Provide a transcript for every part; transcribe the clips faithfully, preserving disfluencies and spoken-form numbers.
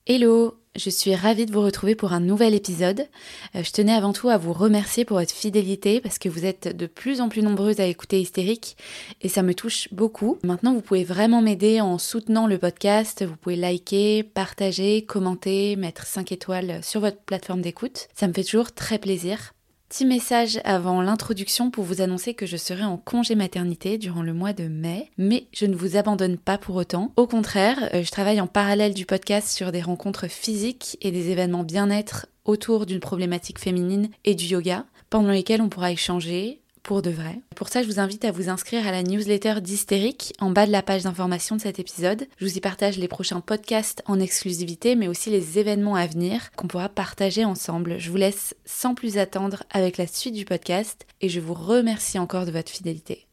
Hello, je suis ravie de vous retrouver pour un nouvel épisode. Euh, je tenais avant tout à vous remercier pour votre fidélité parce que vous êtes de plus en plus nombreuses à écouter Hystérique et ça me touche beaucoup. Maintenant, vous pouvez vraiment m'aider en soutenant le podcast. Vous pouvez liker, partager, commenter, mettre cinq étoiles sur votre plateforme d'écoute. Ça me fait toujours très plaisir. Petit message avant l'introduction pour vous annoncer que je serai en congé maternité durant le mois de mai, mais je ne vous abandonne pas pour autant. Au contraire, je travaille en parallèle du podcast sur des rencontres physiques et des événements bien-être autour d'une problématique féminine et du yoga, pendant lesquels on pourra échanger pour de vrai. Pour ça, je vous invite à vous inscrire à la newsletter d'Hystérique en bas de la page d'information de cet épisode. Je vous y partage les prochains podcasts en exclusivité, mais aussi les événements à venir qu'on pourra partager ensemble. Je vous laisse sans plus attendre avec la suite du podcast et je vous remercie encore de votre fidélité.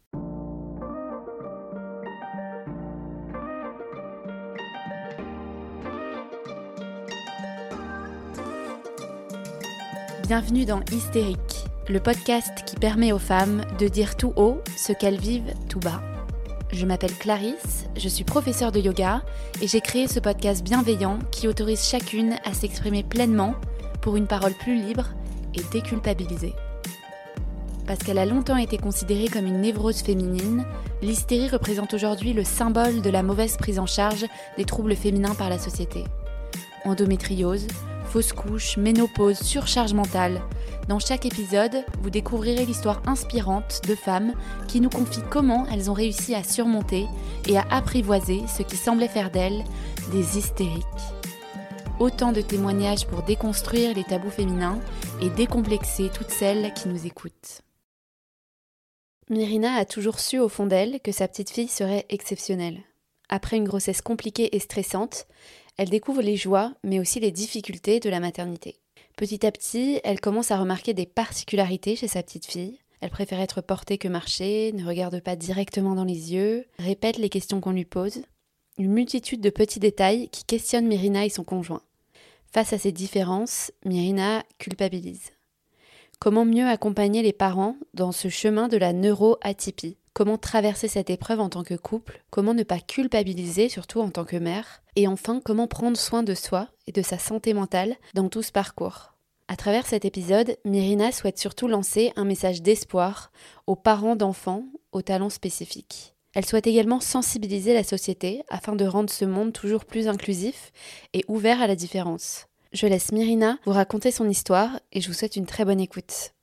Bienvenue dans Hystérique, le podcast qui permet aux femmes de dire tout haut ce qu'elles vivent tout bas. Je m'appelle Clarisse, je suis professeure de yoga et j'ai créé ce podcast bienveillant qui autorise chacune à s'exprimer pleinement pour une parole plus libre et déculpabilisée. Parce qu'elle a longtemps été considérée comme une névrose féminine, l'hystérie représente aujourd'hui le symbole de la mauvaise prise en charge des troubles féminins par la société. Endométriose, fausse couche, ménopause, surcharge mentale. Dans chaque épisode, vous découvrirez l'histoire inspirante de femmes qui nous confient comment elles ont réussi à surmonter et à apprivoiser ce qui semblait faire d'elles des hystériques. Autant de témoignages pour déconstruire les tabous féminins et décomplexer toutes celles qui nous écoutent. Myrina a toujours su au fond d'elle que sa petite fille serait exceptionnelle. Après une grossesse compliquée et stressante, elle découvre les joies, mais aussi les difficultés de la maternité. Petit à petit, elle commence à remarquer des particularités chez sa petite fille. Elle préfère être portée que marcher, ne regarde pas directement dans les yeux, répète les questions qu'on lui pose. Une multitude de petits détails qui questionnent Myrina et son conjoint. Face à ces différences, Myrina culpabilise. Comment mieux accompagner les parents dans ce chemin de la neuroatypie ? Comment traverser cette épreuve en tant que couple ? Comment ne pas culpabiliser, surtout en tant que mère ? Et enfin, comment prendre soin de soi et de sa santé mentale dans tout ce parcours ? À travers cet épisode, Myrina souhaite surtout lancer un message d'espoir aux parents d'enfants aux talents spécifiques. Elle souhaite également sensibiliser la société afin de rendre ce monde toujours plus inclusif et ouvert à la différence. Je laisse Myrina vous raconter son histoire et je vous souhaite une très bonne écoute.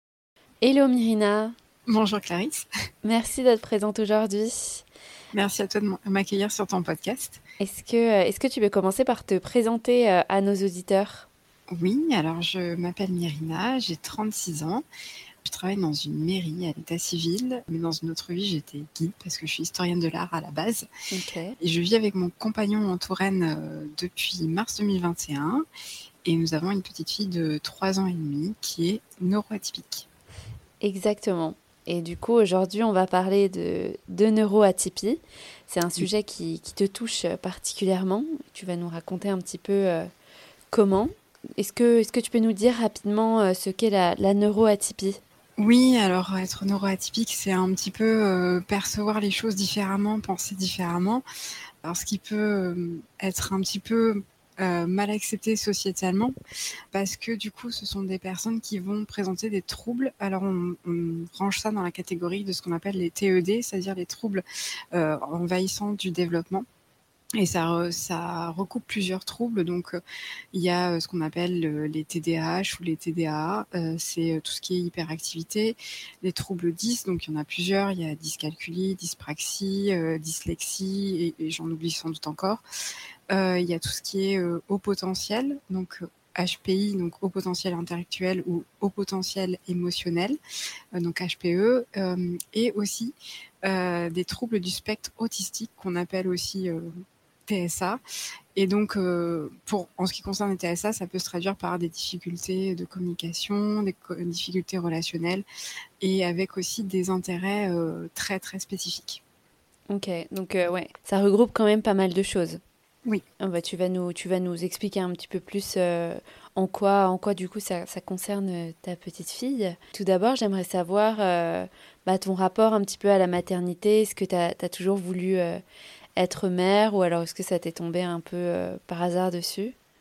Hello Myrina. Bonjour Clarisse. Merci d'être présente aujourd'hui. Merci à toi de m'accueillir sur ton podcast. Est-ce que, est-ce que tu peux commencer par te présenter à nos auditeurs ? Oui, alors je m'appelle Myrina, j'ai trente-six ans. Je travaille dans une mairie à l'état civil, mais dans une autre vie, j'étais guide parce que je suis historienne de l'art à la base. Okay. Et je vis avec mon compagnon en Touraine depuis mars deux mille vingt et un. Et nous avons une petite fille de trois ans et demi qui est neuroatypique. Exactement. Et du coup, aujourd'hui, on va parler de, de neuroatypie. C'est un sujet qui, qui te touche particulièrement. Tu vas nous raconter un petit peu euh, comment. Est-ce que, est-ce que tu peux nous dire rapidement euh, ce qu'est la, la neuroatypie ? Oui, alors être neuroatypique, c'est un petit peu euh, percevoir les choses différemment, penser différemment. Alors, ce qui peut euh, être un petit peu Euh, mal accepté sociétalement parce que du coup ce sont des personnes qui vont présenter des troubles. Alors on, on range ça dans la catégorie de ce qu'on appelle les T E D, c'est-à-dire les troubles euh, envahissants du développement. Et ça, ça recoupe plusieurs troubles. Donc, euh, il y a ce qu'on appelle les T D A H ou les T D A A. Euh, c'est tout ce qui est hyperactivité. Les troubles dys, donc il y en a plusieurs. Il y a dyscalculie, dyspraxie, euh, dyslexie, et, et j'en oublie sans doute encore. Euh, il y a tout ce qui est euh, haut potentiel, donc H P I, donc haut potentiel intellectuel ou haut potentiel émotionnel, euh, donc H P E, euh, et aussi euh, des troubles du spectre autistique qu'on appelle aussi euh, T S A. Et donc, euh, pour, en ce qui concerne les T S A, ça peut se traduire par des difficultés de communication, des co- difficultés relationnelles, et avec aussi des intérêts euh, très très spécifiques. Ok, donc euh, ouais, ça regroupe quand même pas mal de choses. Oui. Ah bah, tu vas nous, tu vas nous expliquer un petit peu plus euh, en quoi, en quoi du coup ça, ça concerne ta petite fille. Tout d'abord, j'aimerais savoir euh, bah, ton rapport un petit peu à la maternité. Est-ce que tu as toujours voulu euh, être mère ou alors est-ce que ça t'est tombé un peu euh, par hasard dessus ?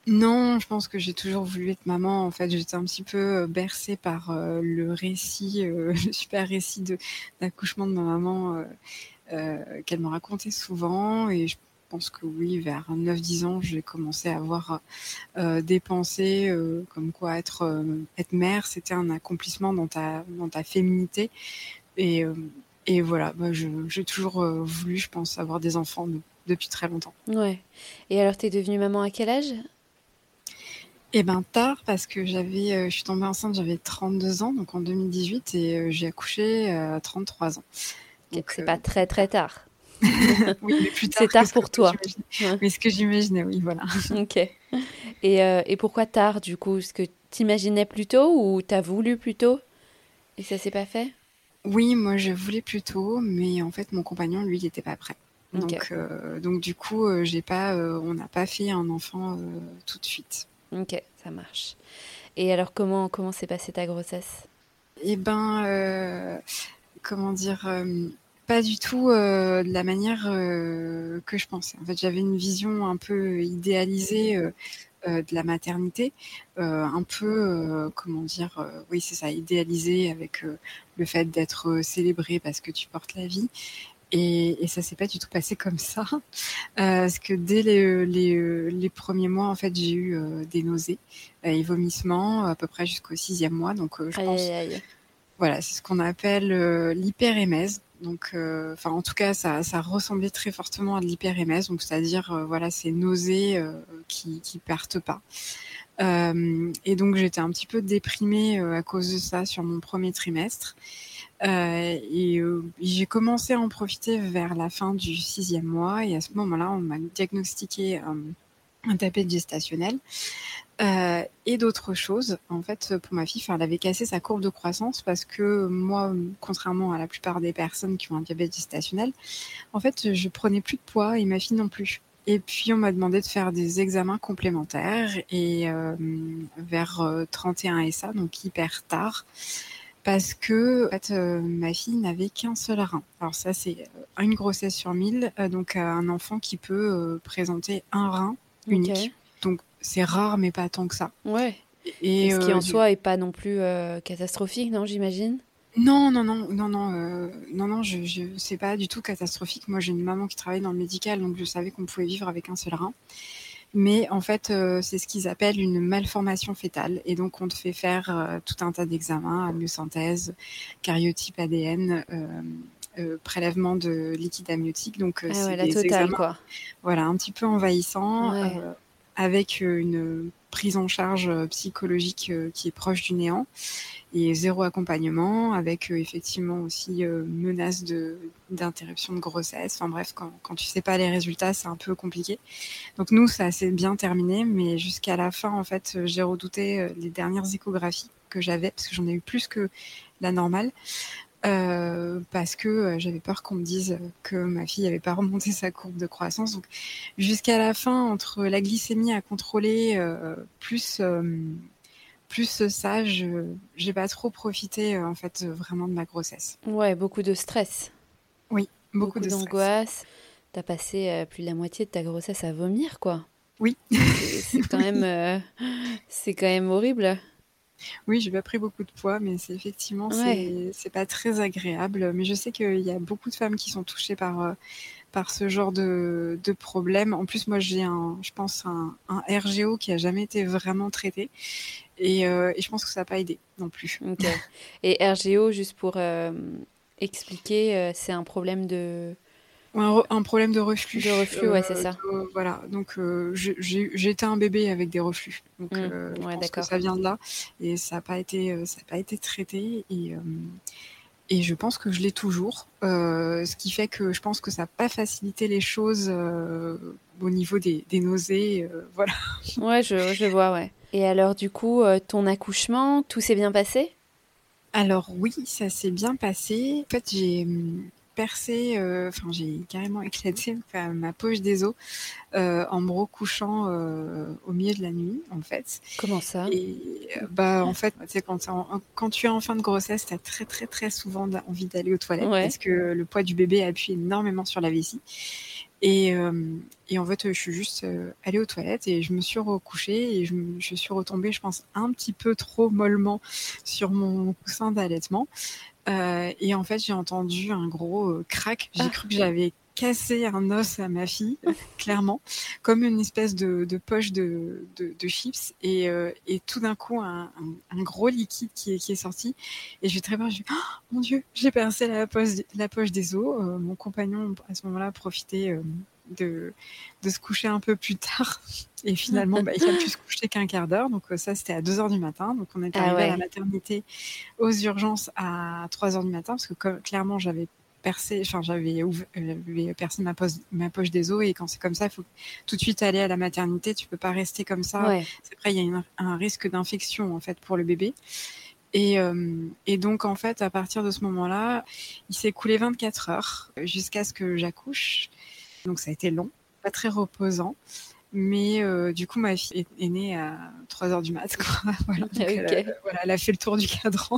Non, je pense que j'ai toujours voulu être maman. En fait, j'étais un petit peu, heu, bercée par, heu, le récit, heu, le super récit de d'accouchement de ma maman, heu heu, qu'elle me racontait souvent et je pense que oui, vers neuf dix ans, j'ai commencé à avoir, heu, des pensées, heu, comme quoi être, heu, être mère, c'était un accomplissement dans ta dans ta féminité et hem et voilà, bah, je j'ai toujours, heu, voulu, je pense, avoir des enfants de depuis très longtemps. Ouais. Et alors, tu es devenue maman à quel âge? Et ben, tard parce que j'avais, heu, je suis tombée enceinte, j'avais trente-deux ans, donc en deux mille dix-huit et heu, j'ai accouché, heu, à trente-trois ans. OK, Donc c'est heu, pas très, très tard. oui, mais plus C'est tard que tard ce que pour moi toi. j'imaginais. Ouais. Oui, ce que j'imaginais, oui, voilà. OK. Et heu et pourquoi tard, du coup? Est-ce que tu imaginais plus tôt ou tu as voulu plus tôt et ça s'est pas fait? Oui, moi je voulais plus tôt, mais en fait mon compagnon, lui, il était pas prêt. OK. Donc heu, donc du coup, heu, j'ai pas, heu, on n'a pas fait un enfant, heu, tout de suite. OK, ça marche. Et alors comment comment s'est passée ta grossesse? Et ben, heu, comment dire? Hem, pas du tout, heu, de la manière, heu, que je pensais. En fait, j'avais une vision un peu idéalisée, heu heu, de la maternité, heu, un peu, heu, comment dire? Heu, oui, c'est ça, idéalisée avec, heu, le fait d'être, heu, célébrée parce que tu portes la vie et et ça s'est pas du tout passé comme ça. Heu, parce que dès les, heu, les, heu, les premiers mois, en fait, j'ai eu, heu, des nausées, heu et vomissements à peu près jusqu'au sixième mois donc heu, je Aïe, aïe, pense aïe. voilà, c'est ce qu'on appelle, heu, l'hyperémèse. Donc, heu, enfin, en tout cas, ça ça ressemblait très fortement à de l'hyperémèse, donc c'est-à-dire, heu, voilà, ces nausées, heu, qui qui partent pas. Hem et donc j'étais un petit peu déprimée, heu, à cause de ça sur mon premier trimestre, heu et heu, j'ai commencé à en profiter vers la fin du sixième mois et à ce moment-là, on m'a diagnostiqué, hem, un diabète gestationnel. Heu et d'autres choses. En fait, pour ma fille, enfin, elle avait cassé sa courbe de croissance parce que moi, mmh, contrairement à la plupart des personnes qui ont un diabète gestationnel, en fait, je prenais plus de poids et ma fille non plus. Et puis on m'a demandé de faire des examens complémentaires et hem, vers, heu, trente et un S A, donc hyper tard, parce que, en fait, heu, ma fille n'avait qu'un seul rein. Alors ça, c'est, heu, une grossesse sur mille, heu, donc un enfant qui peut, heu, présenter un rein OK. unique. Donc c'est rare, mais pas tant que ça. Ouais. Et Et ce qui heu, en du soi est pas non plus, heu, catastrophique, non, j'imagine? non, non, non, non, non, heu, non, non, je je c'est pas du tout catastrophique. Moi, j'ai une maman qui travaille dans le médical, donc je savais qu'on pouvait vivre avec un seul rein. Mais en fait, heu, c'est ce qu'ils appellent une malformation fœtale et donc on te fait faire, heu, tout un tas d'examens, amniosynthèse, karyotype A D N, hem, heu, prélèvement de liquide amniotique. Donc heu, Ah c'est ouais, la des totale, examens, quoi. voilà, un petit peu envahissants, Ouais. heu, avec, heu, une prise en charge, heu, psychologique, heu, qui est proche du néant. Et zéro accompagnement avec, heu, effectivement aussi, heu, menace de d'interruption de grossesse. Enfin bref, quand quand tu sais pas les résultats, c'est un peu compliqué. Donc nous, ça s'est bien terminé, mais jusqu'à la fin, en fait, heu, j'ai redouté, heu, les dernières échographies que j'avais, parce que j'en ai eu plus que la normale, heu, parce que, heu, j'avais peur qu'on me dise, heu, que ma fille avait pas remonté sa courbe de croissance. Donc jusqu'à la fin, entre la glycémie à contrôler, heu, plus, hem plus ça, je j'ai pas trop profité, heu, en fait, heu, vraiment de ma grossesse. Ouais, beaucoup de stress, Oui, beaucoup beaucoup de stress. d'angoisse. Tu as passé, heu, plus de la moitié de ta grossesse à vomir, quoi. Oui, C'est c'est quand même, oui, heu, c'est quand même horrible. oui, j'ai pas pris beaucoup de poids, mais c'est effectivement, Ouais. c'est c'est pas très agréable, mais je sais qu'il y a beaucoup de femmes qui sont touchées par, heu, par ce genre de de problème. En plus, moi, j'ai un je pense un un R G O qui a jamais été vraiment traité et heu et je pense que ça a pas aidé non plus. OK. Et R G O, juste pour, hem, expliquer, heu, c'est un problème de Ou un re un problème de de reflux, reflux, heu, ouais, c'est ça. de voilà, donc heu, j'ai j'ai j'ai été un bébé avec des reflux, donc Mmh. heu, je Ouais, pense que d'accord. ça vient de là et ça a pas été, heu, ça a pas été traité et hem et je pense que je l'ai toujours, heu, ce qui fait que je pense que ça a pas facilité les choses, heu, au niveau des des nausées, heu, voilà. Ouais, je je vois, ouais. Et alors du coup, heu, ton accouchement, tout s'est bien passé? Alors oui, ça s'est bien passé. En fait, j'ai, mmh, percé, heu, enfin j'ai carrément éclaté enfin ma poche des os, heu, en me recouchant, heu, au milieu de la nuit, en fait. Comment ça? Et heu, bah, en fait, tu sais, quand tu es en quand tu es en fin de grossesse, tu as très, très, très souvent d envie d'aller aux toilettes Ouais. parce que le poids du bébé appuie énormément sur la vessie Et, euh, et en fait, je suis juste euh, allée aux toilettes et je me suis recouchée et je, me- je suis retombée, je pense, un petit peu trop mollement sur mon coussin d'allaitement. Euh, et en fait, j'ai entendu un gros euh, crack. J'ai Ah, cru que j'avais cassé un os à ma fille, clairement, comme une espèce de, de poche de, de, de chips. Et, euh, et tout d'un coup, un, un, un gros liquide qui est, qui est sorti. Et j'ai très peur. J'ai dit, oh, mon Dieu, j'ai percé la poche, la poche des os. Euh, mon compagnon, à ce moment-là, profitait euh, de, de se coucher un peu plus tard. Et finalement, bah, il a pu se coucher qu'un quart d'heure. Donc euh, ça, c'était à deux heures du matin. Donc on est ah arrivé à la ouais. maternité aux urgences à trois heures du matin parce que comme, clairement j'avais percé, enfin j'avais, ouv- euh, j'avais percé ma poche, ma poche des os et quand c'est comme ça, il faut tout de suite aller à la maternité. Tu peux pas rester comme ça. Ouais. C'est après il y a une- un risque d'infection en fait pour le bébé. Et, euh, et donc en fait à partir de ce moment-là, il s'est écoulé vingt-quatre heures jusqu'à ce que j'accouche. Donc ça a été long, pas très reposant. Mais euh, du coup, ma fille est, est née à trois heures du mat. Quoi. Voilà, donc elle, a- Ok. voilà, elle a fait le tour du cadran.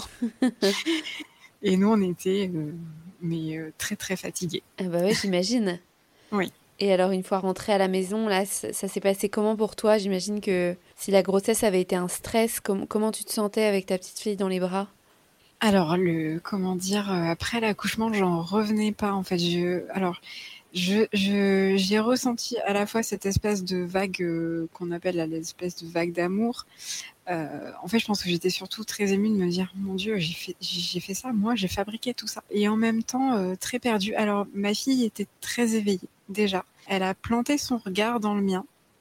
Et nous, on était euh, mais euh, très très fatigués. Ah bah ouais, j'imagine. Oui. Et alors, une fois rentrée à la maison, là, ça, ça s'est passé comment pour toi? J'imagine que si la grossesse avait été un stress, com- comment tu te sentais avec ta petite fille dans les bras? Alors, le, comment dire, euh, après l'accouchement, j'en revenais pas en fait. Je, alors, je, je, j'ai ressenti à la fois cette espèce de vague euh, qu'on appelle là, l'espèce de vague d'amour. Euh, en fait, je pense que j'étais surtout très émue de me dire, mon Dieu, j'ai fait, j'ai fait ça, moi, j'ai fabriqué tout ça. Et en même temps, euh, très perdue. Alors, ma fille était très éveillée déjà. Elle a planté son regard dans le mien.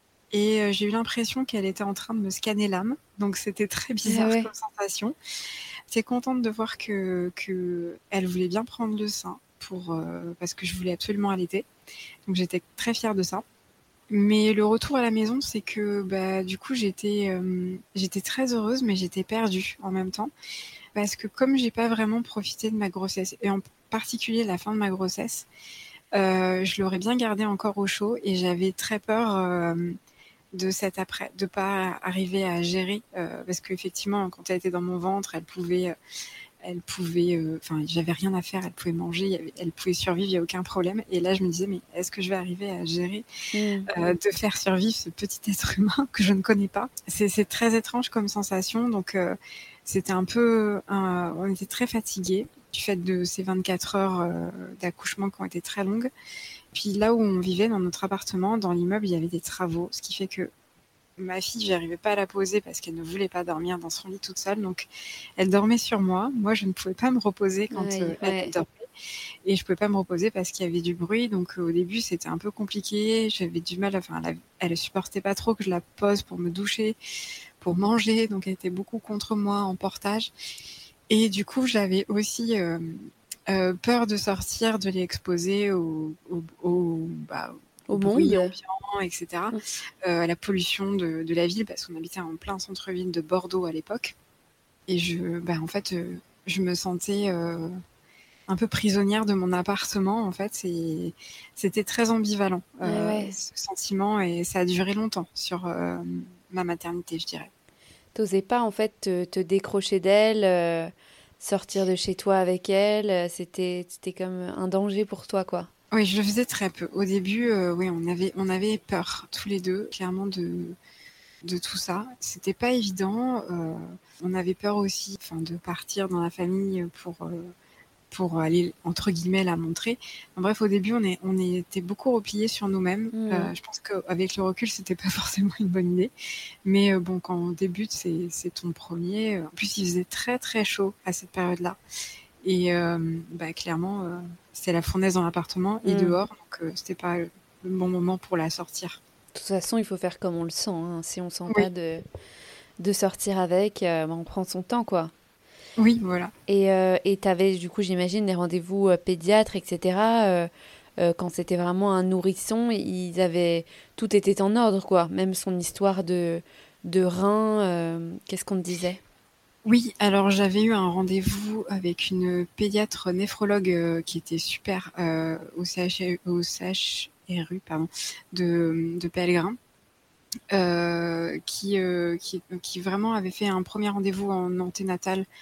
Et euh, j'ai eu l'impression qu'elle était en train de me scanner l'âme. Donc c'était très Ah bizarre comme ouais. sensation. J'étais contente de voir que, que elle voulait bien prendre le sein pour, euh, parce que je voulais absolument allaiter. Donc j'étais très fière de ça. Mais le retour à la maison, c'est que bah, du coup j'étais euh, j'étais très heureuse, mais j'étais perdue en même temps. Parce que comme j'ai pas vraiment profité de ma grossesse, et en particulier la fin de ma grossesse, euh, je l'aurais bien gardée encore au chaud et j'avais très peur euh, de cette après, de pas arriver à gérer, euh, parce qu'effectivement, quand elle était dans mon ventre, elle pouvait, euh, elle pouvait, euh, enfin, j'avais rien à faire, elle pouvait manger, il y avait- elle pouvait survivre, il y a aucun problème. Et là, je me disais, mais est-ce que je vais arriver à gérer, Hmm. euh, de faire survivre ce petit être humain que je ne connais pas? C'est, c'est très étrange comme sensation, donc euh, c'était un peu, un- on était très fatigués du fait de ces vingt-quatre heures euh, d'accouchement qui ont été très longues. Puis là où on vivait, dans notre appartement, dans l'immeuble, il y avait des travaux, ce qui fait que ma fille, j'arrivais pas à la poser parce qu'elle ne voulait pas dormir dans son lit toute seule. Donc, elle dormait sur moi. Moi, je ne pouvais pas me reposer quand euh, Aïe, elle, elle ouais. dormait. Et je pouvais pas me reposer parce qu'il y avait du bruit. Donc, euh, au début, c'était un peu compliqué. J'avais du mal. Enfin, elle, elle supportait pas trop que je la pose pour me doucher, pour manger. Donc, elle était beaucoup contre moi en portage. Et du coup, j'avais aussi euh, euh, peur de sortir, de les exposer au, au, au, bah, au Au bruit monde? ambiant, et cetera, euh, à la pollution de, de la ville, parce qu'on habitait en plein centre-ville de Bordeaux à l'époque. Et je, bah, en fait, euh, je me sentais euh, un peu prisonnière de mon appartement. En fait, et c'était très ambivalent, Ah euh, ouais. ce sentiment, et ça a duré longtemps sur euh, ma maternité, je dirais. T'osais pas en fait te, te décrocher d'elle, euh, sortir de chez toi avec elle. euh, C'était, c'était comme un danger pour toi, quoi. Oui, je le faisais très peu. Au début, euh, oui, on avait, on avait peur tous les deux, clairement, de, de tout ça. C'était pas évident. Euh, on avait peur aussi, enfin, de partir dans la famille pour, euh, pour aller, entre guillemets, la montrer. En bref, au début, on, est, on était beaucoup repliés sur nous-mêmes. Hmm. Euh, je pense qu'avec le recul, c'était pas forcément une bonne idée. Mais euh, bon, quand on débute, c'est, c'est ton premier. En plus, il faisait très très chaud à cette période-là. Et euh, bah, clairement, euh, c'était la fournaise dans l'appartement et Hmm. dehors, donc euh, c'était pas le bon moment pour la sortir. De toute façon, il faut faire comme on le sent, hein. Si on sent Oui, pas de, de sortir avec, euh, bah, on prend son temps, quoi. oui, voilà. Et euh, et t'avais, du coup, j'imagine, des rendez-vous euh, pédiatres, et cetera euh, euh, quand c'était vraiment un nourrisson, ils avaient... Tout était en ordre, quoi. Même son histoire de, de rein, euh, qu'est-ce qu'on te disait? Oui, alors j'avais eu un rendez-vous avec une pédiatre néphrologue euh, qui était super euh, au C H, au C H R U pardon, de, de Pellegrin, euh, qui, euh, qui, qui vraiment avait fait un premier rendez-vous en anténatal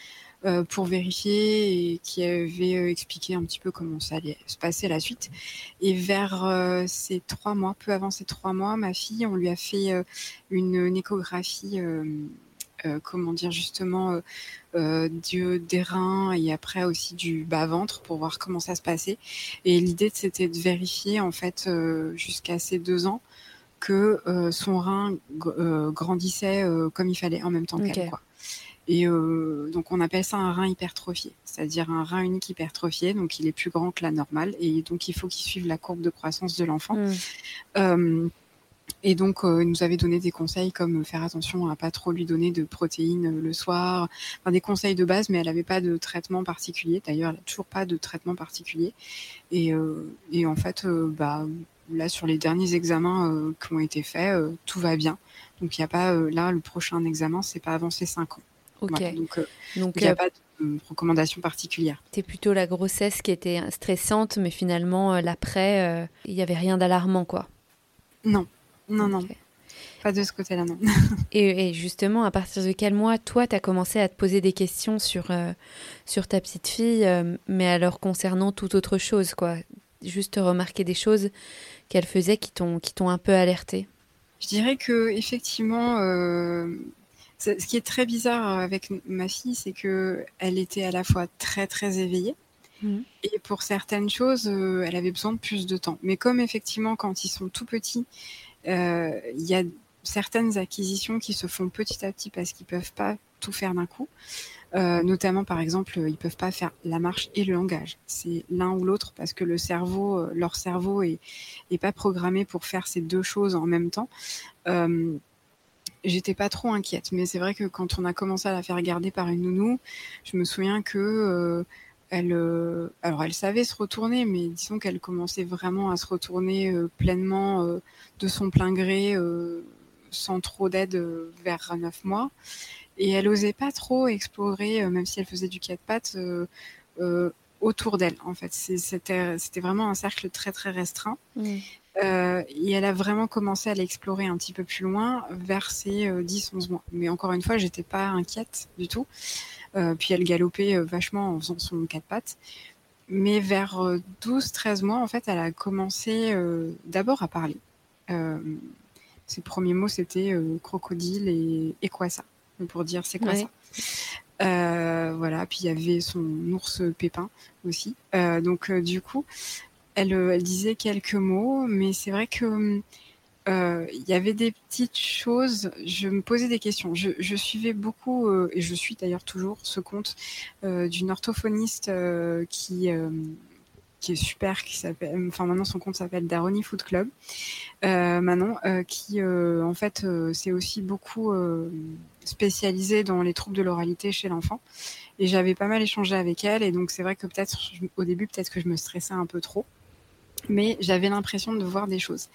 euh, pour vérifier et qui avait euh, expliqué un petit peu comment ça allait se passer la suite. Et vers euh, ces trois mois, peu avant ces trois mois, ma fille, on lui a fait euh, une, une échographie, euh, euh, comment dire justement, euh, euh, du, des reins et après aussi du bas-ventre pour voir comment ça se passait. Et l'idée, c'était de vérifier en fait euh, jusqu'à ses deux ans que euh, son rein euh, grandissait euh, comme il fallait en même temps Ok. qu'elle, quoi. Et euh, donc on appelle ça un rein hypertrophié, c'est-à-dire un rein unique hypertrophié, donc il est plus grand que la normale et donc il faut qu'il suive la courbe de croissance de l'enfant. Mm. Euh, et donc euh, il nous avait donné des conseils comme faire attention à pas trop lui donner de protéines euh, le soir, enfin des conseils de base, mais elle n'avait pas de traitement particulier. D'ailleurs, elle n'a toujours pas de traitement particulier. Et, euh, et en fait, euh, bah là sur les derniers examens euh, qui ont été faits, euh, tout va bien. Donc il y a pas euh, là le prochain examen, c'est pas avant ses cinq ans. Ok. Voilà, donc euh, Donc, il n'y a euh, pas de euh, recommandation particulière. c'était plutôt la grossesse qui était stressante, mais finalement, euh, l'après, euh, il n'y avait rien d'alarmant, quoi. Non, non, non, Ok. pas de ce côté-là, non. Et, et justement, à partir de quel mois, toi, tu as commencé à te poser des questions sur, euh, sur ta petite fille, euh, mais alors concernant toute autre chose, quoi. Juste remarquer des choses qu'elle faisait qui t'ont, qui t'ont un peu alerté. Je dirais que effectivement, euh, ce qui est très bizarre avec ma fille, c'est que elle était à la fois très très éveillée. Mmh. Et pour certaines choses, euh, elle avait besoin de plus de temps. Mais comme effectivement, quand ils sont tout petits, euh, il y a certaines acquisitions qui se font petit à petit parce qu'ils peuvent pas tout faire d'un coup. Euh, notamment, par exemple, ils peuvent pas faire la marche et le langage. C'est l'un ou l'autre parce que le cerveau, euh, leur cerveau est, est pas programmé pour faire ces deux choses en même temps. Euh, J'étais pas trop inquiète, mais c'est vrai que quand on a commencé à la faire garder par une nounou, je me souviens que euh, elle, euh, alors elle savait se retourner, mais disons qu'elle commençait vraiment à se retourner euh, pleinement euh, de son plein gré, euh, sans trop d'aide euh, vers neuf mois. Et elle osait pas trop explorer, euh, même si elle faisait du quatre pattes, euh, euh, autour d'elle. En fait, C'est- c'était c'était vraiment un cercle très très restreint. Mmh. Euh, et elle a vraiment commencé à l'explorer un petit peu plus loin vers ses euh, dix onze mois. Mais encore une fois, j'étais pas inquiète du tout. Euh, puis elle galopait euh, vachement en faisant son quatre pattes. Mais vers euh, douze treize mois, en fait, elle a commencé euh, d'abord à parler. Euh, ses premiers mots, c'était euh, crocodile et, et quoi ça, pour dire c'est quoi Ouais. ça. Euh, voilà, puis il y avait son ours Pépin aussi. Euh, donc euh, du coup, elle, elle disait quelques mots, mais c'est vrai que euh, il y avait des petites choses. Je me posais des questions. Je, je suivais beaucoup, euh, et je suis d'ailleurs toujours, ce compte euh, d'une orthophoniste euh, qui euh, qui est super, qui s'appelle, enfin maintenant son compte s'appelle Daroni Food Club. Euh, Manon, euh, qui euh, en fait euh, c'est aussi beaucoup euh, spécialisée dans les troubles de l'oralité chez l'enfant. Et j'avais pas mal échangé avec elle, et donc c'est vrai que peut-être au début peut-être que je me stressais un peu trop, mais j'avais l'impression de voir des choses.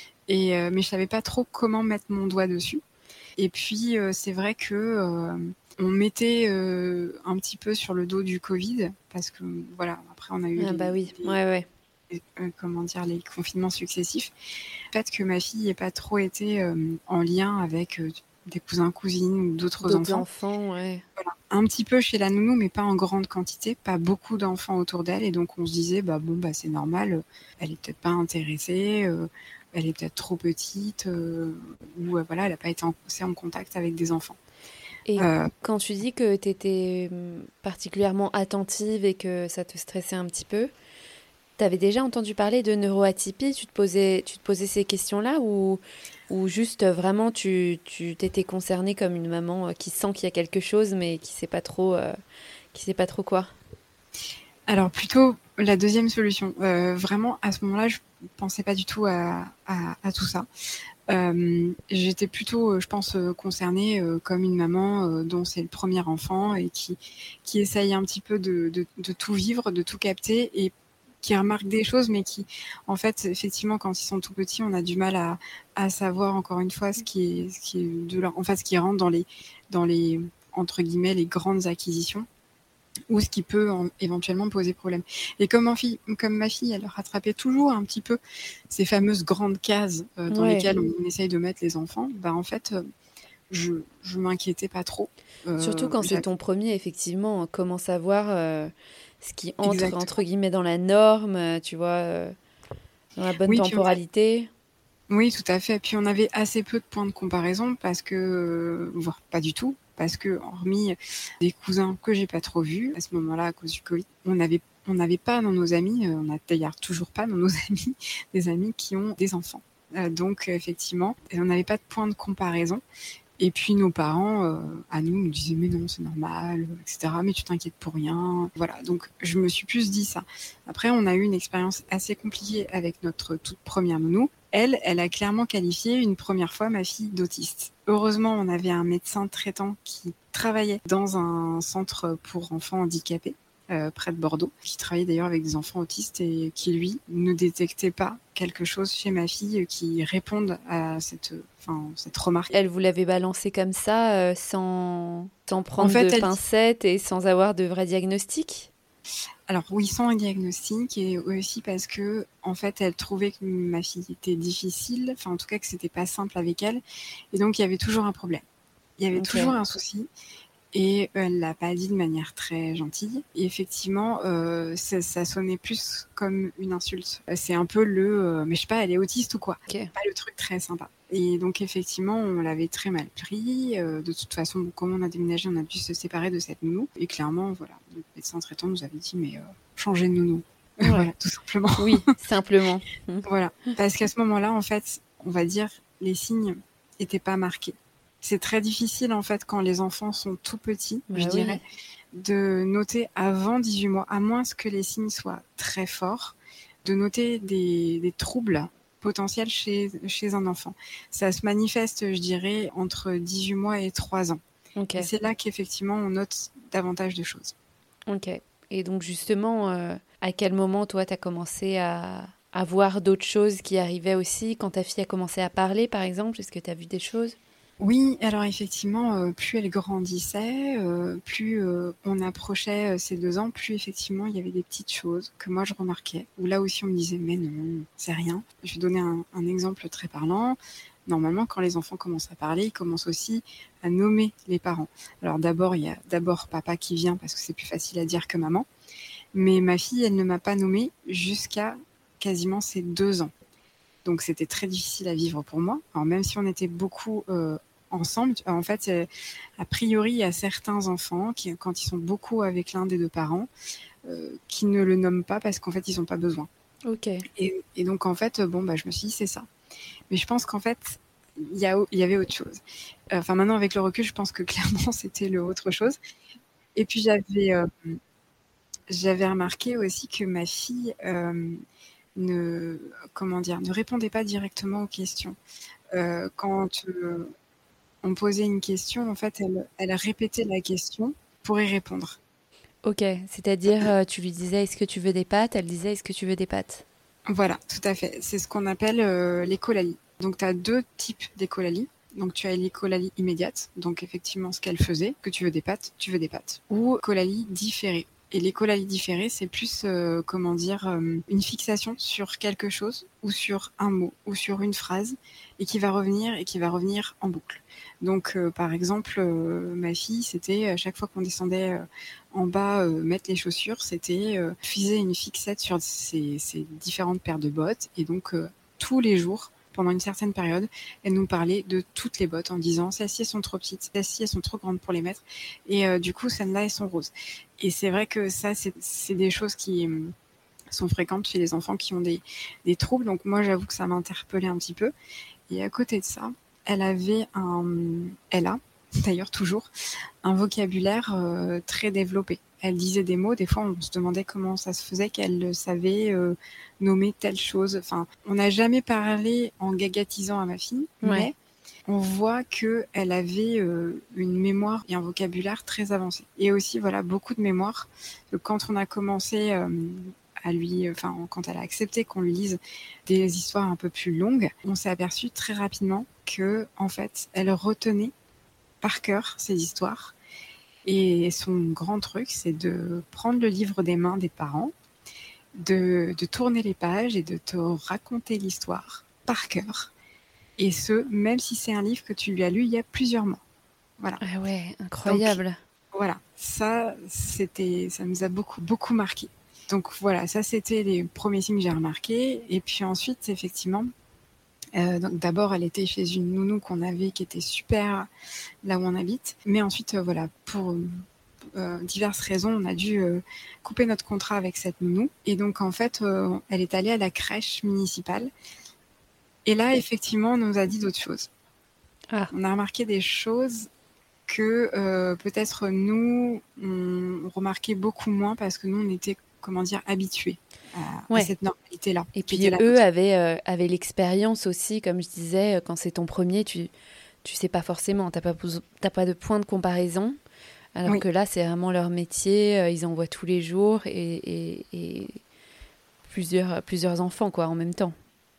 Et euh, mais je savais pas trop comment mettre mon doigt dessus. Et puis euh, c'est vrai que euh, on mettait euh, un petit peu sur le dos du Covid parce que voilà, après on a eu Ah les, bah oui, les- ouais, ouais. les- euh, comment dire, les confinements successifs. Le fait que ma fille ait pas trop été euh, en lien avec euh, des cousins cousines ou d'autres D'autres enfants. enfants, ouais. Voilà. Un petit peu chez la nounou, mais pas en grande quantité, pas beaucoup d'enfants autour d'elle, et donc on se disait bah bon bah c'est normal, euh, elle est peut-être pas intéressée, euh, elle est peut-être trop petite, euh, ou euh, voilà, elle a pas été en, c'est en contact avec des enfants. Et Euh, quand tu dis que tu étais particulièrement attentive et que ça te stressait un petit peu, t'avais déjà entendu parler de neuroatypie? Tu te posais, tu te posais ces questions-là ou, ou juste euh, vraiment tu, tu t'étais concernée comme une maman euh, qui sent qu'il y a quelque chose mais qui sait pas trop, euh, qui sait pas trop quoi? alors plutôt la deuxième solution. Euh, vraiment à ce moment-là, je pensais pas du tout à, à, à tout ça. Euh, j'étais plutôt, euh, je pense, euh, concernée euh, comme une maman euh, dont c'est le premier enfant et qui, qui essaye un petit peu de, de, de tout vivre, de tout capter et qui remarque des choses, mais qui, en fait, effectivement, quand ils sont tout petits, on a du mal à, à savoir encore une fois ce qui est, ce qui est de leur, en fait, ce qui rentre dans les, dans les entre guillemets les grandes acquisitions ou ce qui peut en, éventuellement poser problème. Et comme, en fille, comme ma fille, elle rattrapait toujours un petit peu ces fameuses grandes cases euh, dans Ouais. lesquelles on, on essaye de mettre les enfants, bah en fait, euh, je je m'inquiétais pas trop. Surtout Heu, quand c'est j'a ton premier, effectivement, on commence à voir euh, ce qui entre, entre exactement. guillemets, dans la norme, euh, tu vois, euh, dans la bonne Oui, puis on a temporalité. oui, tout à fait. Puis on avait assez peu de points de comparaison parce que, heu, voire pas du tout, parce que hormis des cousins que j'ai pas trop vus à ce moment-là à cause du Covid, on avait on n'avait pas dans nos amis, heu, on a d'ailleurs toujours pas dans nos amis, des amis qui ont des enfants. Heu, donc effectivement, on n'avait pas de point de comparaison. Et puis nos parents, heu, à nous, nous disaient: «Mais non, c'est normal, heu, et cetera, mais tu t'inquiètes pour rien». Voilà, donc je me suis plus dit ça. Après, on a eu une expérience assez compliquée avec notre toute première nounou. Elle, elle a clairement qualifié une première fois ma fille d'autiste. Heureusement, on avait un médecin traitant qui travaillait dans un centre pour enfants handicapés, heu, près de Bordeaux, qui travaillait d'ailleurs avec des enfants autistes et qui lui, ne détectait pas quelque chose chez ma fille qui réponde à cette, enfin, cette remarque. Elle vous l'avait balancé comme ça, euh, sans, sans En prendre de fait, elle dit pincettes et sans avoir de vrai diagnostic? alors oui, sans un diagnostic et aussi parce que en fait, elle trouvait que ma fille était difficile, enfin en tout cas que c'était pas simple avec elle et donc il y avait toujours un problème. Il y avait toujours Ok. un souci et elle l'a pas dit de manière très gentille et effectivement, heu, ça ça sonnait plus comme une insulte. Heu, c'est un peu le, heu: «Mais je sais pas, elle est autiste ou quoi?» Ok. Pas le truc très sympa et donc effectivement, on l'avait très mal pris, heu, de toute façon, bon, comme on a déménagé, on a dû se séparer de cette nounou et clairement, voilà, notre médecin traitant nous avait dit: «Mais, heu, changez de nounou». Ouais. Voilà, tout simplement. Oui, simplement. Mm. Voilà, parce qu'à ce moment-là, en fait, on va dire, les signes étaient pas marqués. C'est très difficile, en fait, quand les enfants sont tout petits, je Bah dirais, oui. de noter avant dix-huit mois, à moins que les signes soient très forts, de noter des des troubles potentiels chez chez un enfant. Ça se manifeste, je dirais, entre dix-huit mois et trois ans Ok. et c'est là qu'effectivement on note davantage de choses. Ok. Et donc justement, euh, à quel moment toi t'as commencé à, à voir d'autres choses qui arrivaient aussi quand ta fille a commencé à parler, par exemple? Est-ce que t'as vu des choses? Oui, alors effectivement, heu, plus elle grandissait, heu, plus, heu, on approchait, heu, ses deux ans, plus effectivement il y avait des petites choses que moi je remarquais, où là aussi on me disait: «Mais non, c'est rien». Je vais donner un un exemple très parlant. Normalement, quand les enfants commencent à parler, ils commencent aussi à nommer les parents. Alors d'abord, il y a d'abord papa qui vient parce que c'est plus facile à dire que maman, mais ma fille, elle ne m'a pas nommée jusqu'à quasiment ses deux ans. Donc c'était très difficile à vivre pour moi. Alors même si on était beaucoup, heu, ensemble, tu en fait, heu, a priori, il y a certains enfants qui, quand ils sont beaucoup avec l'un des deux parents, heu, qui ne le nomment pas parce qu'en fait, ils ont pas besoin Ok. et et donc en fait, heu, bon, bah, je me suis dit: «C'est ça». Mais je pense qu'en fait, il y a il y avait autre chose. Enfin maintenant avec le recul, je pense que clairement c'était le autre chose et puis j'avais, hem, j'avais remarqué aussi que ma fille, hem, ne comment dire? Ne répondait pas directement aux questions. Heu, quand, heu, on posait une question, en fait, elle elle répétait la question pour y répondre. Ok. C'est-à-dire, euh, tu lui disais, est-ce que tu veux des pâtes? Elle disait, est-ce que tu veux des pâtes? Voilà, tout à fait. C'est ce qu'on appelle, heu, l'écholalie. Donc tu as deux types d'écholalie. Donc tu as l'écholalie immédiate, donc effectivement ce qu'elle faisait, que tu veux des pâtes, tu veux des pâtes, ou écholalie différée. Et l'écholalie différée, c'est plus, heu, comment dire? Hem, une fixation sur quelque chose ou sur un mot ou sur une phrase et qui va revenir et qui va revenir en boucle. Donc heu, par exemple, heu, ma fille, c'était à chaque fois qu'on descendait, heu, en bas, heu, mettre les chaussures, c'était, heu, faisait une fixette sur ses ses différentes paires de bottes et donc heu, tous les jours, pendant une certaine période, elle nous parlait de toutes les bottes en disant: «Celles-ci, elles sont trop petites, celles-ci, elles sont trop grandes pour les mettre et heu, du coup, celles-là, elles sont roses». Et c'est vrai que ça, c'est c'est des choses qui, mmh, sont fréquentes chez les enfants qui ont des des troubles, donc moi, j'avoue que ça m'interpellait un petit peu et à côté de ça, elle avait un, mmh, elle a d'ailleurs toujours un vocabulaire, heu, très développé. Elle disait des mots, des fois on se demandait comment ça se faisait qu'elle savait, heu, nommer telle chose. Enfin, on n'a jamais parlé en gagatisant à ma fille, Ouais. mais on voit qu'elle avait, heu, une mémoire et un vocabulaire très avancé et aussi, voilà, beaucoup de mémoire. Donc quand on a commencé, hem, à lui enfin, quand elle a accepté qu'on lui lise des histoires un peu plus longues, on s'est aperçu très rapidement qu'en fait, elle retenait par cœur ces histoires et son grand truc, c'est de prendre le livre des mains des parents, de de tourner les pages et de te raconter l'histoire par cœur et ce, même si c'est un livre que tu lui as lu il y a plusieurs mois. Voilà. Ah ouais, incroyable. Donc, voilà, ça, c'était, ça nous a beaucoup, beaucoup marqué. Donc voilà, ça c'était les premiers signes que j'ai remarqués. Et puis ensuite, effectivement, euh, donc d'abord elle était chez une nounou qu'on avait qui était super là où on habite. Mais ensuite, euh, voilà, pour euh, diverses raisons, on a dû euh, couper notre contrat avec cette nounou. Et donc en fait, euh, elle est allée à la crèche municipale. Et là, effectivement, on nous a dit d'autres choses. Ah. On a remarqué des choses que euh, peut-être nous, on remarquait beaucoup moins parce que nous, on était, comment dire, habitués à, Ouais. à cette normalité-là. Et puis eux avaient, euh, avaient l'expérience aussi, comme je disais, euh, quand c'est ton premier, tu tu sais pas forcément, t'as pas, t'as pas de point de comparaison, alors Oui. que là, c'est vraiment leur métier, euh, ils en voient tous les jours et, et, et plusieurs, plusieurs enfants quoi, en même temps.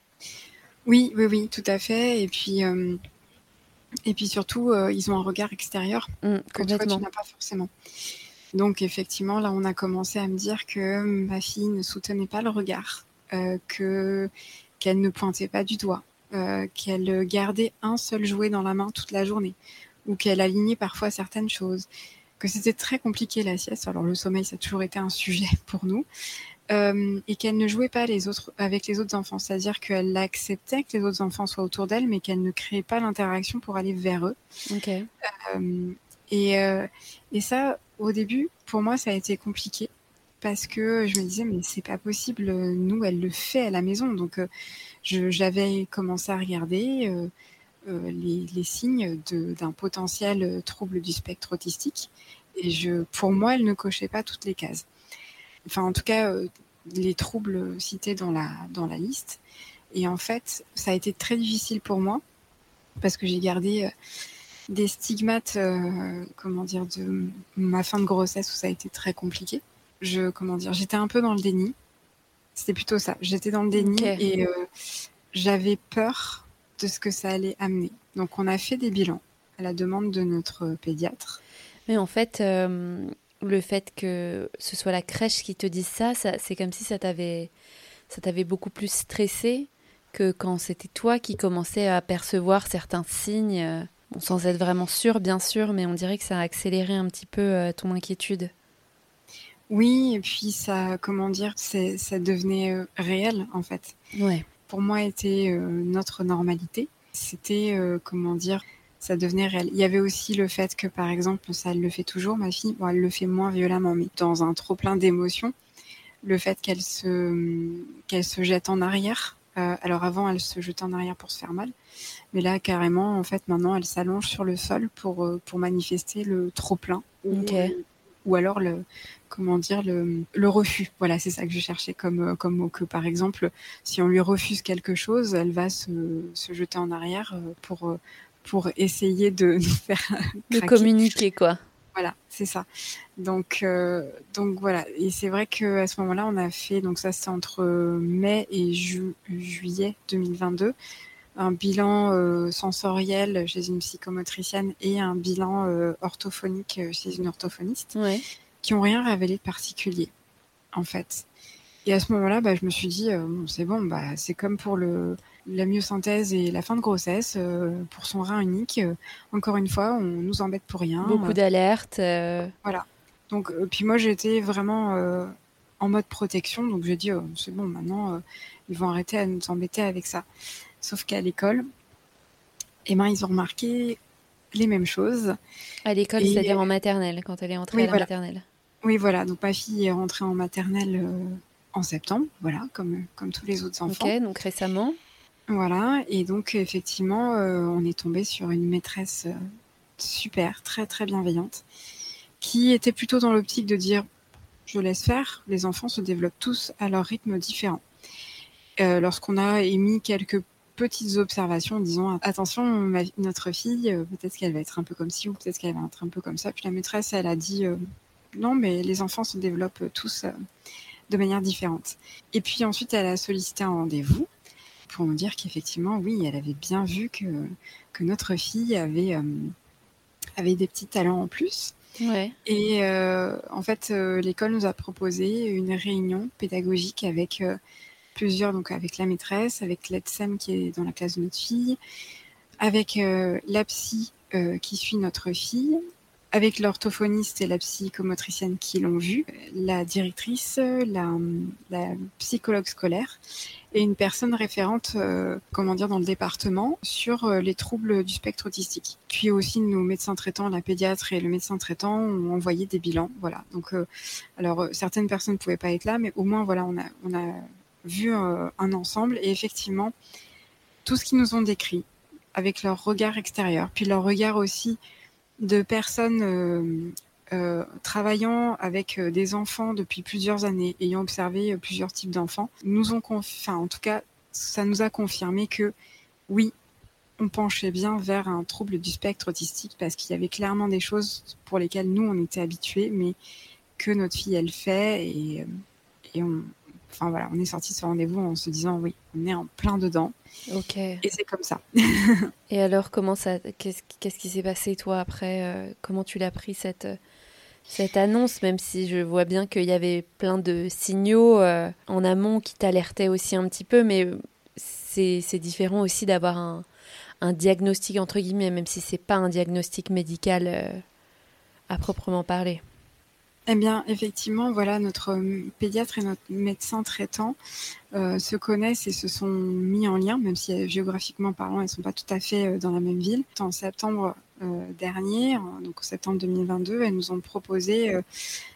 Oui, oui, oui, tout à fait. Et puis... Euh, Et puis surtout, euh, ils ont un regard extérieur mmh, que toi, tu n'as pas forcément. Donc effectivement, là, on a commencé à me dire que ma fille ne soutenait pas le regard, euh, que, qu'elle ne pointait pas du doigt, euh, qu'elle gardait un seul jouet dans la main toute la journée, ou qu'elle alignait parfois certaines choses, que c'était très compliqué la sieste. Alors le sommeil, ça a toujours été un sujet pour nous. Euh, et qu'elle ne jouait pas les autres, avec les autres enfants. C'est-à-dire qu'elle acceptait que les autres enfants soient autour d'elle, mais qu'elle ne créait pas l'interaction pour aller vers eux. Okay. Euh, et, euh, et ça, au début, pour moi, ça a été compliqué parce que je me disais, mais c'est pas possible, nous, elle le fait à la maison. Donc, euh, je, j'avais commencé à regarder euh, euh, les, les signes de, d'un potentiel trouble du spectre autistique. Et je, pour moi, elle ne cochait pas toutes les cases. Enfin, en tout cas, euh, les troubles cités dans la, dans la liste. Et en fait, ça a été très difficile pour moi parce que j'ai gardé euh, des stigmates, euh, comment dire, de ma fin de grossesse où ça a été très compliqué. Je, comment dire, j'étais un peu dans le déni. C'était plutôt ça. J'étais dans le déni okay. et euh, j'avais peur de ce que ça allait amener. Donc, on a fait des bilans à la demande de notre pédiatre. Mais en fait... Euh... Le fait que ce soit la crèche qui te dise ça, ça c'est comme si ça t'avait, ça t'avait beaucoup plus stressé que quand c'était toi qui commençais à percevoir certains signes, euh, bon, sans être vraiment sûr, bien sûr, mais on dirait que ça a accéléré un petit peu euh, ton inquiétude. Oui, et puis ça, comment dire, c'est, ça devenait euh, réel, en fait. Ouais. Pour moi, était euh, notre normalité. C'était, euh, comment dire, ça devenait réel. Il y avait aussi le fait que, par exemple, ça, elle le fait toujours, ma fille, bon, elle le fait moins violemment, mais dans un trop-plein d'émotions, le fait qu'elle se, qu'elle se jette en arrière. Euh, alors avant, elle se jetait en arrière pour se faire mal. Mais là, carrément, en fait, maintenant, elle s'allonge sur le sol pour, euh, pour manifester le trop-plein. Okay. Ou, ou alors le, comment dire, le, le refus. Voilà, c'est ça que je cherchais comme, comme mot. Que, par exemple, si on lui refuse quelque chose, elle va se, se jeter en arrière pour, pour essayer de nous faire de craquer. communiquer, quoi. Voilà, c'est ça. Donc, euh, donc voilà. Et c'est vrai qu'à ce moment-là, on a fait, donc ça, c'est entre mai et ju- juillet deux mille vingt-deux, un bilan euh, sensoriel chez une psychomotricienne et un bilan euh, orthophonique chez une orthophoniste, ouais. qui n'ont rien révélé de particulier, en fait. Et à ce moment-là, bah, je me suis dit, euh, bon, c'est bon, bah, c'est comme pour le, la myosynthèse et la fin de grossesse, euh, pour son rein unique. Euh, encore une fois, on nous embête pour rien. Beaucoup d'alertes. Euh... Voilà. Donc, euh, puis moi, j'étais vraiment euh, en mode protection. Donc, j'ai dit, oh, c'est bon, maintenant, euh, ils vont arrêter à nous embêter avec ça. Sauf qu'à l'école, eh ben, ils ont remarqué les mêmes choses. À l'école, et... c'est-à-dire en maternelle, quand elle est entrée oui, à la voilà. maternelle. Oui, voilà. Donc, ma fille est rentrée en maternelle euh, en septembre, voilà, comme, comme tous les autres enfants. Ok, donc récemment. Voilà. Et donc, effectivement, euh, on est tombé sur une maîtresse euh, super, très, très bienveillante, qui était plutôt dans l'optique de dire, je laisse faire, les enfants se développent tous à leur rythme différent. Euh, lorsqu'on a émis quelques petites observations, disons, attention, ma, notre fille, euh, peut-être qu'elle va être un peu comme ci, ou peut-être qu'elle va être un peu comme ça. Puis la maîtresse, elle a dit, euh, non, mais les enfants se développent tous euh, de manière différente. Et puis ensuite, elle a sollicité un rendez-vous pour nous dire qu'effectivement, oui, elle avait bien vu que, que notre fille avait, euh, avait des petits talents en plus. Ouais. Et euh, en fait, euh, l'école nous a proposé une réunion pédagogique avec... Euh, plusieurs, donc avec la maîtresse, avec l'A T S E M qui est dans la classe de notre fille, avec euh, la psy euh, qui suit notre fille, avec l'orthophoniste et la psychomotricienne qui l'ont vue, la directrice, la, la psychologue scolaire et une personne référente euh, comment dire, dans le département sur euh, les troubles du spectre autistique. Puis aussi nos médecins traitants, la pédiatre et le médecin traitant ont envoyé des bilans. Voilà. Donc, euh, alors, euh, certaines personnes ne pouvaient pas être là, mais au moins, voilà, on a, on a vu euh, un ensemble et effectivement, tout ce qu'ils nous ont décrit avec leur regard extérieur, puis leur regard aussi de personnes euh, euh, travaillant avec euh, des enfants depuis plusieurs années, ayant observé euh, plusieurs types d'enfants, nous ont, confi- enfin, en tout cas, ça nous a confirmé que oui, on penchait bien vers un trouble du spectre autistique parce qu'il y avait clairement des choses pour lesquelles nous on était habitués, mais que notre fille elle fait et, euh, et on, enfin voilà, on est sorti de ce rendez-vous en se disant oui, on est en plein dedans. Ok. Et c'est comme ça. Et alors, comment ça, qu'est-ce, qu'est-ce qui s'est passé toi après euh, comment tu l'as pris cette, cette annonce, même si je vois bien qu'il y avait plein de signaux euh, en amont qui t'alertaient aussi un petit peu, mais c'est, c'est différent aussi d'avoir un, un diagnostic entre guillemets, même si c'est pas un diagnostic médical euh, à proprement parler. Eh bien, effectivement, voilà, notre pédiatre et notre médecin traitant euh, se connaissent et se sont mis en lien, même si euh, géographiquement parlant, elles ne sont pas tout à fait euh, dans la même ville. En septembre euh, dernier, donc en septembre deux mille vingt-deux, elles nous ont proposé euh,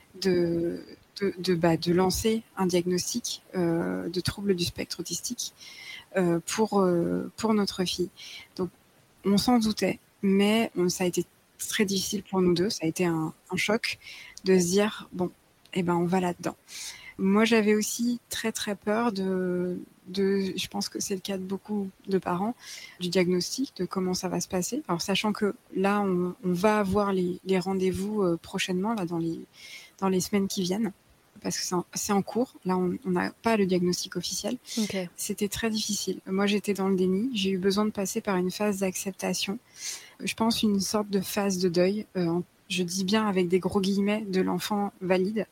de, de, de, bah, de lancer un diagnostic euh, de trouble du spectre autistique euh, pour, euh, pour notre fille. Donc, on s'en doutait, mais on, ça a été très difficile pour nous deux. Ça a été un, un choc de se dire, bon, eh ben, on va là-dedans. Moi, j'avais aussi très, très peur de, de, je pense que c'est le cas de beaucoup de parents, du diagnostic, de comment ça va se passer. Alors, sachant que là, on, on va avoir les, les rendez-vous euh, prochainement, là, dans les, dans les semaines qui viennent, parce que c'est en, c'est en cours. Là, on n'a pas le diagnostic officiel. Ok. C'était très difficile. Moi, j'étais dans le déni. J'ai eu besoin de passer par une phase d'acceptation. Je pense une sorte de phase de deuil. Euh, je dis bien avec des gros guillemets de l'enfant valide.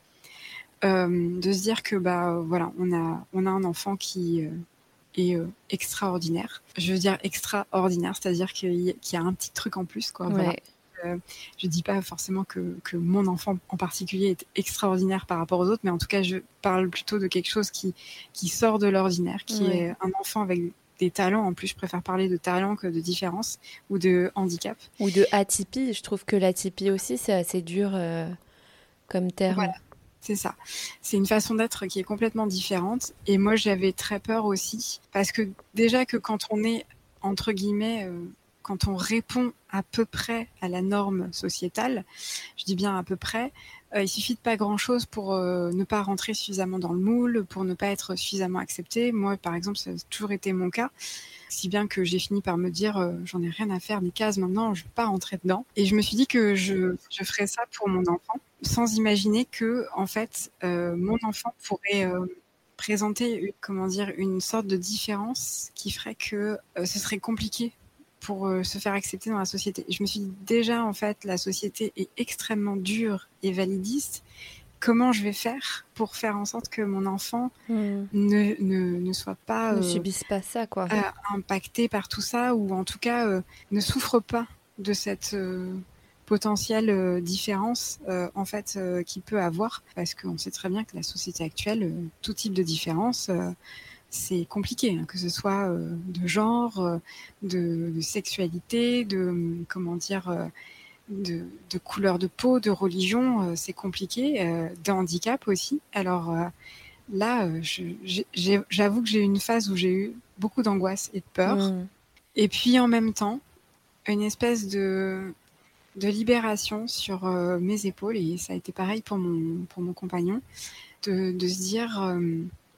Euh, de se dire que bah voilà, on a on a un enfant qui euh, est euh, extraordinaire. Je veux dire extraordinaire, c'est-à-dire qu'il y, qu'il y a un petit truc en plus, quoi. Ouais. Voilà. Euh, je dis pas forcément que, que mon enfant en particulier est extraordinaire par rapport aux autres, mais en tout cas, je parle plutôt de quelque chose qui qui sort de l'ordinaire, qui Ouais. est un enfant avec des talents. En plus, je préfère parler de talent que de différence ou de handicap. Ou de atypie. Je trouve que l'atypie aussi, c'est assez dur euh, comme terme. Voilà. C'est ça. C'est une façon d'être qui est complètement différente. Et moi, j'avais très peur aussi. Parce que déjà que quand on est, entre guillemets, euh, quand on répond à peu près à la norme sociétale, je dis bien à peu près, euh, il suffit de pas grand-chose pour euh, ne pas rentrer suffisamment dans le moule, pour ne pas être suffisamment accepté. Moi, par exemple, ça a toujours été mon cas. Si bien que j'ai fini par me dire, euh, j'en ai rien à faire des cases maintenant, je ne veux pas rentrer dedans. Et je me suis dit que je, je ferais ça pour mon enfant, sans imaginer que, en fait, euh, mon enfant pourrait euh, présenter, une, comment dire, une sorte de différence qui ferait que euh, ce serait compliqué pour euh, se faire accepter dans la société. Et je me suis dit, déjà, en fait, la société est extrêmement dure et validiste. Comment je vais faire pour faire en sorte que mon enfant Mmh. ne, ne, ne soit pas Ne euh, subissent pas ça, quoi. euh, impacté par tout ça, ou en tout cas euh, ne souffre pas de cette euh, potentielle euh, différence euh, en fait euh, qu'il peut avoir, parce qu'on sait très bien que la société actuelle, euh, tout type de différence, euh, c'est compliqué, hein, que ce soit euh, de genre, euh, de, de sexualité, de comment dire. Euh, de, de couleur de peau, de religion, euh, c'est compliqué, euh, de handicap aussi. Alors euh, là, euh, je, j'ai, j'avoue que j'ai eu une phase où j'ai eu beaucoup d'angoisse et de peur. Mmh. Et puis en même temps, une espèce de, de libération sur euh, mes épaules. Et ça a été pareil pour mon, pour mon compagnon, de, de se dire, euh,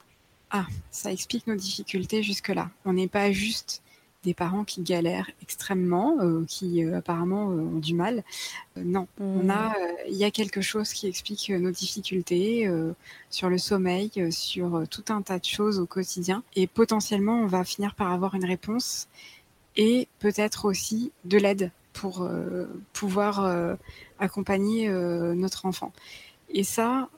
ah, ça explique nos difficultés jusque-là. On n'est pas juste des parents qui galèrent extrêmement, euh, qui euh, apparemment euh, ont du mal. Euh, non, Mmh. on a, il euh, y a quelque chose qui explique euh, nos difficultés euh, sur le sommeil, euh, sur euh, tout un tas de choses au quotidien. Et potentiellement, on va finir par avoir une réponse et peut-être aussi de l'aide pour euh, pouvoir euh, accompagner euh, notre enfant. Et ça,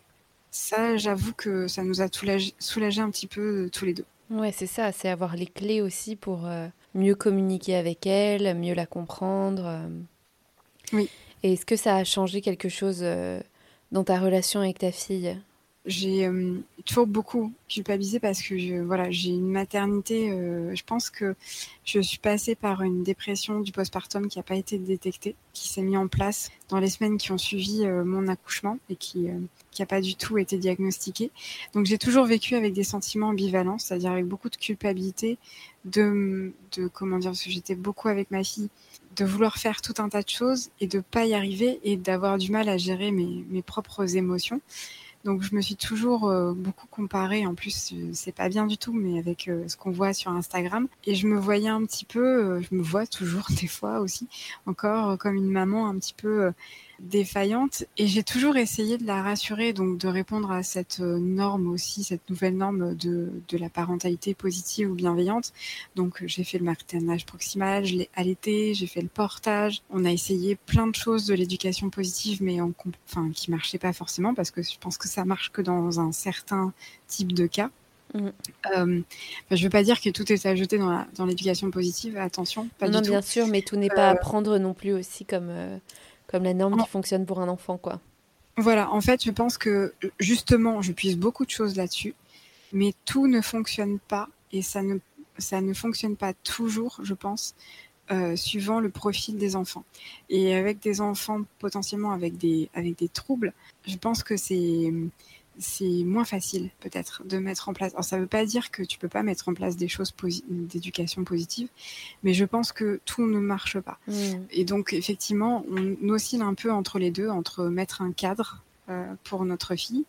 Ça, j'avoue que ça nous a soulagé soulagés un petit peu, heu, tous les deux. Ouais, c'est ça, c'est avoir les clés aussi pour euh, mieux communiquer avec elle, mieux la comprendre. euh. Oui. Et est-ce que ça a changé quelque chose euh, dans ta relation avec ta fille? J'ai, hem, toujours beaucoup culpabilisé parce que je voilà, j'ai une maternité, heu, je pense que je suis passée par une dépression du postpartum qui a pas été détectée, qui s'est mis en place dans les semaines qui ont suivi, heu, mon accouchement et qui, heu, qui a pas du tout été diagnostiquée. Donc j'ai toujours vécu avec des sentiments ambivalents, c'est-à-dire avec beaucoup de culpabilité, de, mmh, de comment dire? Parce que j'étais beaucoup avec ma fille, de vouloir faire tout un tas de choses et de pas y arriver et d'avoir du mal à gérer mes mes propres émotions. Donc je me suis toujours, heu, beaucoup comparée, en plus, heu, c'est pas bien du tout, mais avec, heu, ce qu'on voit sur Instagram et je me voyais un petit peu, heu, je me vois toujours des fois aussi, encore, heu, comme une maman un petit peu, heu, défaillante et j'ai toujours essayé de la rassurer, donc de répondre à cette, heu, norme aussi, cette nouvelle norme, de de la parentalité positive ou bienveillante. Donc, heu, j'ai fait le maternage proximal, je l'ai allaitée, j'ai fait le portage. On a essayé plein de choses de l'éducation positive, mais en comp enfin, qui marchaient pas forcément parce que je pense que ça marche que dans un certain type de cas. Mm. Hem, enfin, je veux pas dire que tout est à jeter dans la dans l'éducation positive, attention, pas Non, du non, tout. bien sûr, mais tout n'est pas à Heu, prendre non plus aussi comme, euh, comme la norme en qui fonctionne pour un enfant, quoi. voilà, en fait, je pense que, justement, je puise beaucoup de choses là-dessus, mais tout ne fonctionne pas et ça ne ça ne fonctionne pas toujours, je pense, heu, suivant le profil des enfants et avec des enfants potentiellement avec des avec des troubles, je pense que c'est, mmh, c'est moins facile peut-être de mettre en place. Alors ça ne veut pas dire que tu peux pas mettre en place des choses posi d'éducation positive, mais je pense que tout ne marche pas Mm. et donc effectivement, on oscille un peu entre les deux, entre mettre un cadre, heu, pour notre fille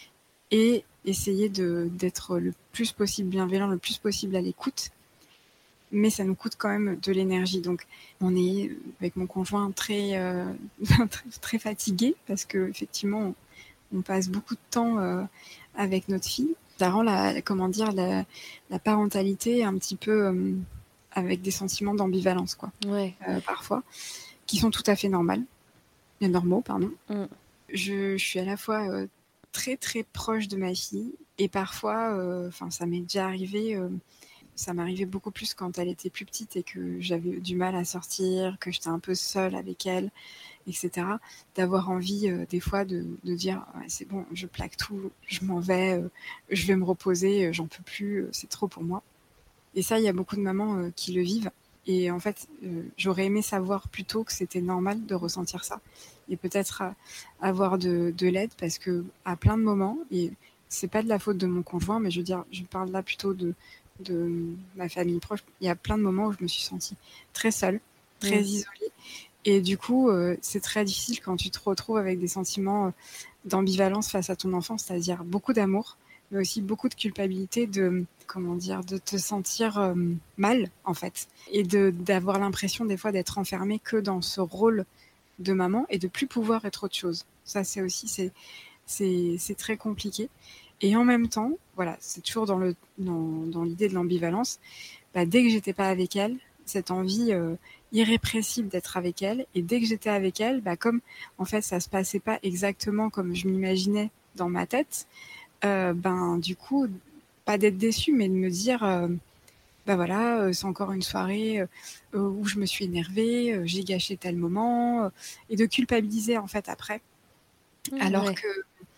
et essayer de d'être le plus possible bienveillant, le plus possible à l'écoute, mais ça nous coûte quand même de l'énergie. Donc on est, heu, avec mon conjoint très, heu, très très fatigués parce qu'effectivement on on passe beaucoup de temps, heu, avec notre fille. Ça rend la comment dire? La la parentalité un petit peu, hem, avec des sentiments d'ambivalence quoi, Ouais. heu, parfois, qui sont tout à fait normales et normaux, pardon. Mm. Je je suis à la fois, heu, très, très proche de ma fille et parfois, heu, enfin ça m'est déjà arrivé, heu ça m'arrivait beaucoup plus quand elle était plus petite et que j'avais du mal à sortir, que j'étais un peu seule avec elle et cetera. D'avoir envie, heu, des fois de de dire: «Ouais, c'est bon, je plaque tout, je m'en vais, heu, je vais me reposer, heu, j'en peux plus, heu, c'est trop pour moi» et ça, il y a beaucoup de mamans, heu, qui le vivent et en fait, heu, j'aurais aimé savoir plus tôt que c'était normal de ressentir ça et peut-être a avoir de de l'aide parce qu'à plein de moments et c'est pas de la faute de mon conjoint, mais je veux dire, je parle là plutôt de de ma famille proche. Il y a plein de moments où je me suis sentie très seule, très Mm. isolée et du coup, heu, c'est très difficile quand tu te retrouves avec des sentiments, heu, d'ambivalence face à ton enfant, c'est-à-dire beaucoup d'amour, mais aussi beaucoup de culpabilité de, comment dire? De te sentir, hem, mal, en fait et de d'avoir l'impression des fois d'être enfermée que dans ce rôle de maman et de plus pouvoir être autre chose. Ça, c'est aussi c'est c'est c'est très compliqué et en même temps, voilà, c'est toujours dans le dans dans l'idée de l'ambivalence, bah, dès que j'étais pas avec elle, cette envie, heu, irrépressible d'être avec elle et dès que j'étais avec elle, bah, comme en fait ça se passait pas exactement comme je m'imaginais dans ma tête, heu, ben, du coup, pas d'être déçue, mais de me dire, heu: «Bah, voilà, heu, c'est encore une soirée, heu heu, où je me suis énervée, heu, j'ai gâché tel moment», heu et de culpabiliser en fait après. Mm, Alors ouais. que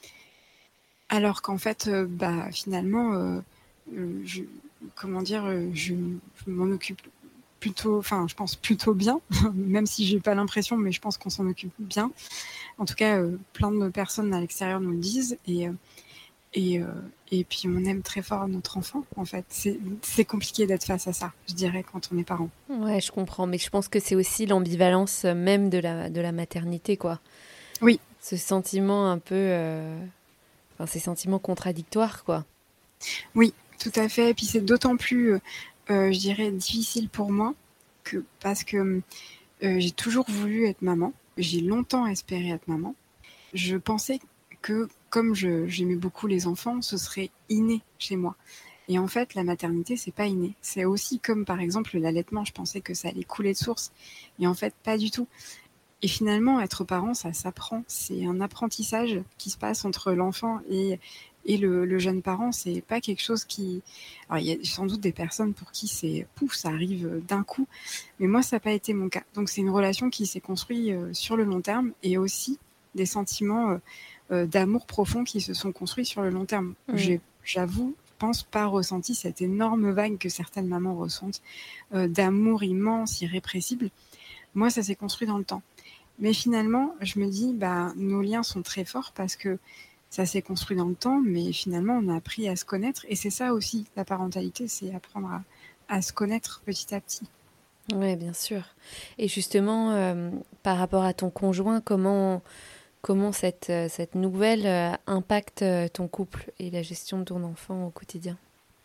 alors qu'en fait, heu, bah, finalement, heu heu, je comment dire? Heu, je je m'en occupe plutôt enfin, je pense plutôt bien, même si j'ai pas l'impression, mais je pense qu'on s'en occupe bien. En tout cas, heu, plein de personnes à l'extérieur nous le disent et heu et heu et puis on aime très fort notre enfant, en fait. C'est c'est compliqué d'être face à ça, je dirais, quand on est parent. Ouais, je comprends, mais je pense que c'est aussi l'ambivalence euh, même de la, de la maternité, quoi. Oui, Ce sentiment un peu... euh, Enfin, ces sentiments contradictoires, quoi. oui, tout à fait et puis c'est d'autant plus, heu heu, je dirais difficile pour moi que parce que, mmh, j'ai toujours voulu être maman. J'ai longtemps espéré être maman. Je pensais que comme je j'aimais beaucoup les enfants, ce serait inné chez moi et en fait, la maternité, c'est pas inné. C'est aussi comme, par exemple, l'allaitement, je pensais que ça allait couler de source et en fait, pas du tout Et finalement, être parent, ça s'apprend. C'est un apprentissage qui se passe entre l'enfant et et le le jeune parent. C'est pas quelque chose qui alors il y a sans doute des personnes pour qui c'est pouf, ça arrive, d'un coup, mais moi ça a pas été mon cas. Donc c'est une relation qui s'est construite, heu, sur le long terme et aussi des sentiments, heu heu, d'amour profond qui se sont construits sur le long terme. Mmh. J'ai j'avoue, je pense pas ressenti cette énorme vague que certaines mamans ressentent, heu, d'amour immense, irrépressible. Moi, ça s'est construit dans le temps. Mais finalement, je me dis, bah, nos liens sont très forts parce que ça s'est construit dans le temps, mais finalement, on a appris à se connaître et c'est ça aussi la parentalité, c'est apprendre à à se connaître petit à petit. Ouais, bien sûr. Et justement, hem, par rapport à ton conjoint, comment comment cette, heu, cette nouvelle, heu, impacte, heu, ton couple et la gestion de ton enfant au quotidien?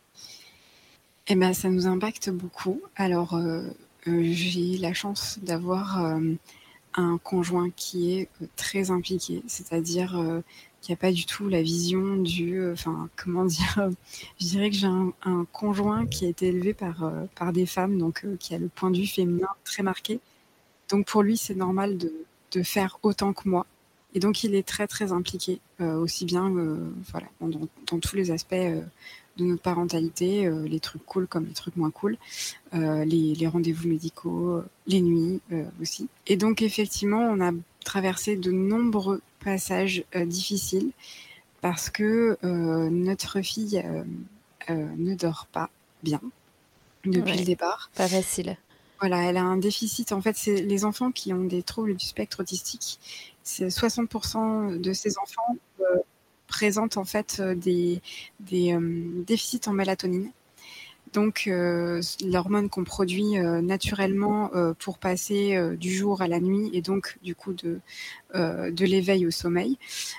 Et ben, ça nous impacte beaucoup. Alors, heu heu, j'ai la chance d'avoir, hem, un conjoint qui est, heu, très impliqué, c'est-à-dire, heu, qui a pas du tout la vision du, heu, enfin, comment dire? Je dirais que j'ai un un conjoint qui a été élevé par, heu, par des femmes, donc heu, qui a le point de vue féminin très marqué. Donc pour lui, c'est normal de de faire autant que moi et donc il est très, très impliqué, heu, aussi bien, heu, voilà, dans dans dans tous les aspects, heu, de notre parentalité, heu, les trucs cool comme les trucs moins cool, heu, les les rendez-vous médicaux, heu, les nuits, heu, aussi et donc effectivement, on a traversé de nombreux passages, heu, difficiles parce que, heu, notre fille, hem, heu, ne dort pas bien depuis le Ouais, départ. pas facile. Voilà, elle a un déficit. En fait, c'est les enfants qui ont des troubles du spectre autistique, c'est soixante de ces enfants, heu, présentent en fait, heu, des des, hem, déficits en mélatonine. Donc heu, s l'hormone qu'on produit, heu, naturellement, heu, pour passer, heu, du jour à la nuit et donc du coup de, heu, de l'éveil au sommeil.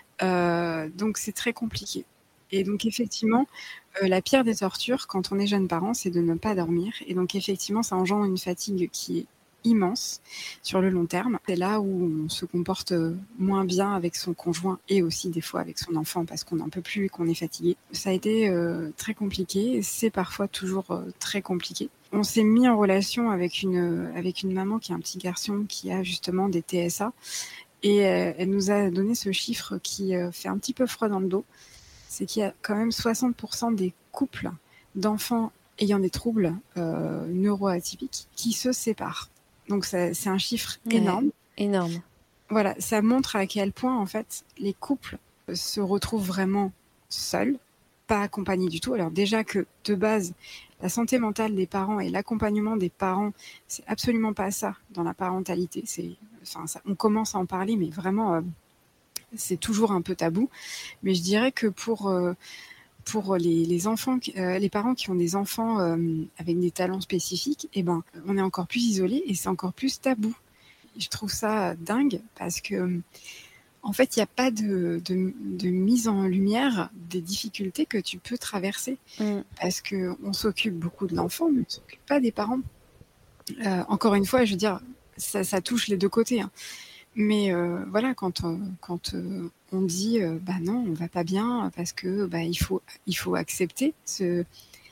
Heu, donc c'est très compliqué et donc effectivement, heu, la pire des tortures quand on est jeune parent, c'est de ne pas dormir et donc effectivement, ça engendre une fatigue qui est immense sur le long terme. C'est là où on se comporte, heu, moins bien avec son conjoint et aussi des fois avec son enfant parce qu'on n'en peut plus et qu'on est fatigué. Ça a été, heu, très compliqué, c'est parfois toujours, heu, très compliqué. On s'est mis en relation avec une, heu, avec une maman qui a un petit garçon qui a justement des T S A et heu, elle nous a donné ce chiffre qui, heu, fait un petit peu froid dans le dos. C'est qu'il y a quand même soixante des couples d'enfants ayant des troubles, heu, neuroatypiques qui se séparent. Donc ça c'est un chiffre Ouais, énorme. énorme. Voilà, ça montre à quel point, en fait, les couples, heu, se retrouvent vraiment seuls, pas accompagnés du tout. Alors déjà que, de base, la santé mentale des parents et l'accompagnement des parents, c'est absolument pas ça dans la parentalité. C'est enfin ça on commence à en parler, mais vraiment, heu, c'est toujours un peu tabou. Mais je dirais que pour, heu, pour les les enfants qui heu, les parents qui ont des enfants, hem, avec des talents spécifiques et ben, on est encore plus isolés et c'est encore plus tabou. Je trouve ça dingue parce que, hem, en fait, il y a pas de de de mise en lumière des difficultés que tu peux traverser. Mmh. Parce qu'on s'occupe beaucoup de l'enfant, mais on s'occupe pas des parents. Heu, encore une fois, je veux dire, ça ça touche les deux côtés, hein. Mais heu, voilà, quand, heu, quand, heu, on dit, heu: «Bah non, on va pas bien parce que, bah, il faut il faut accepter ce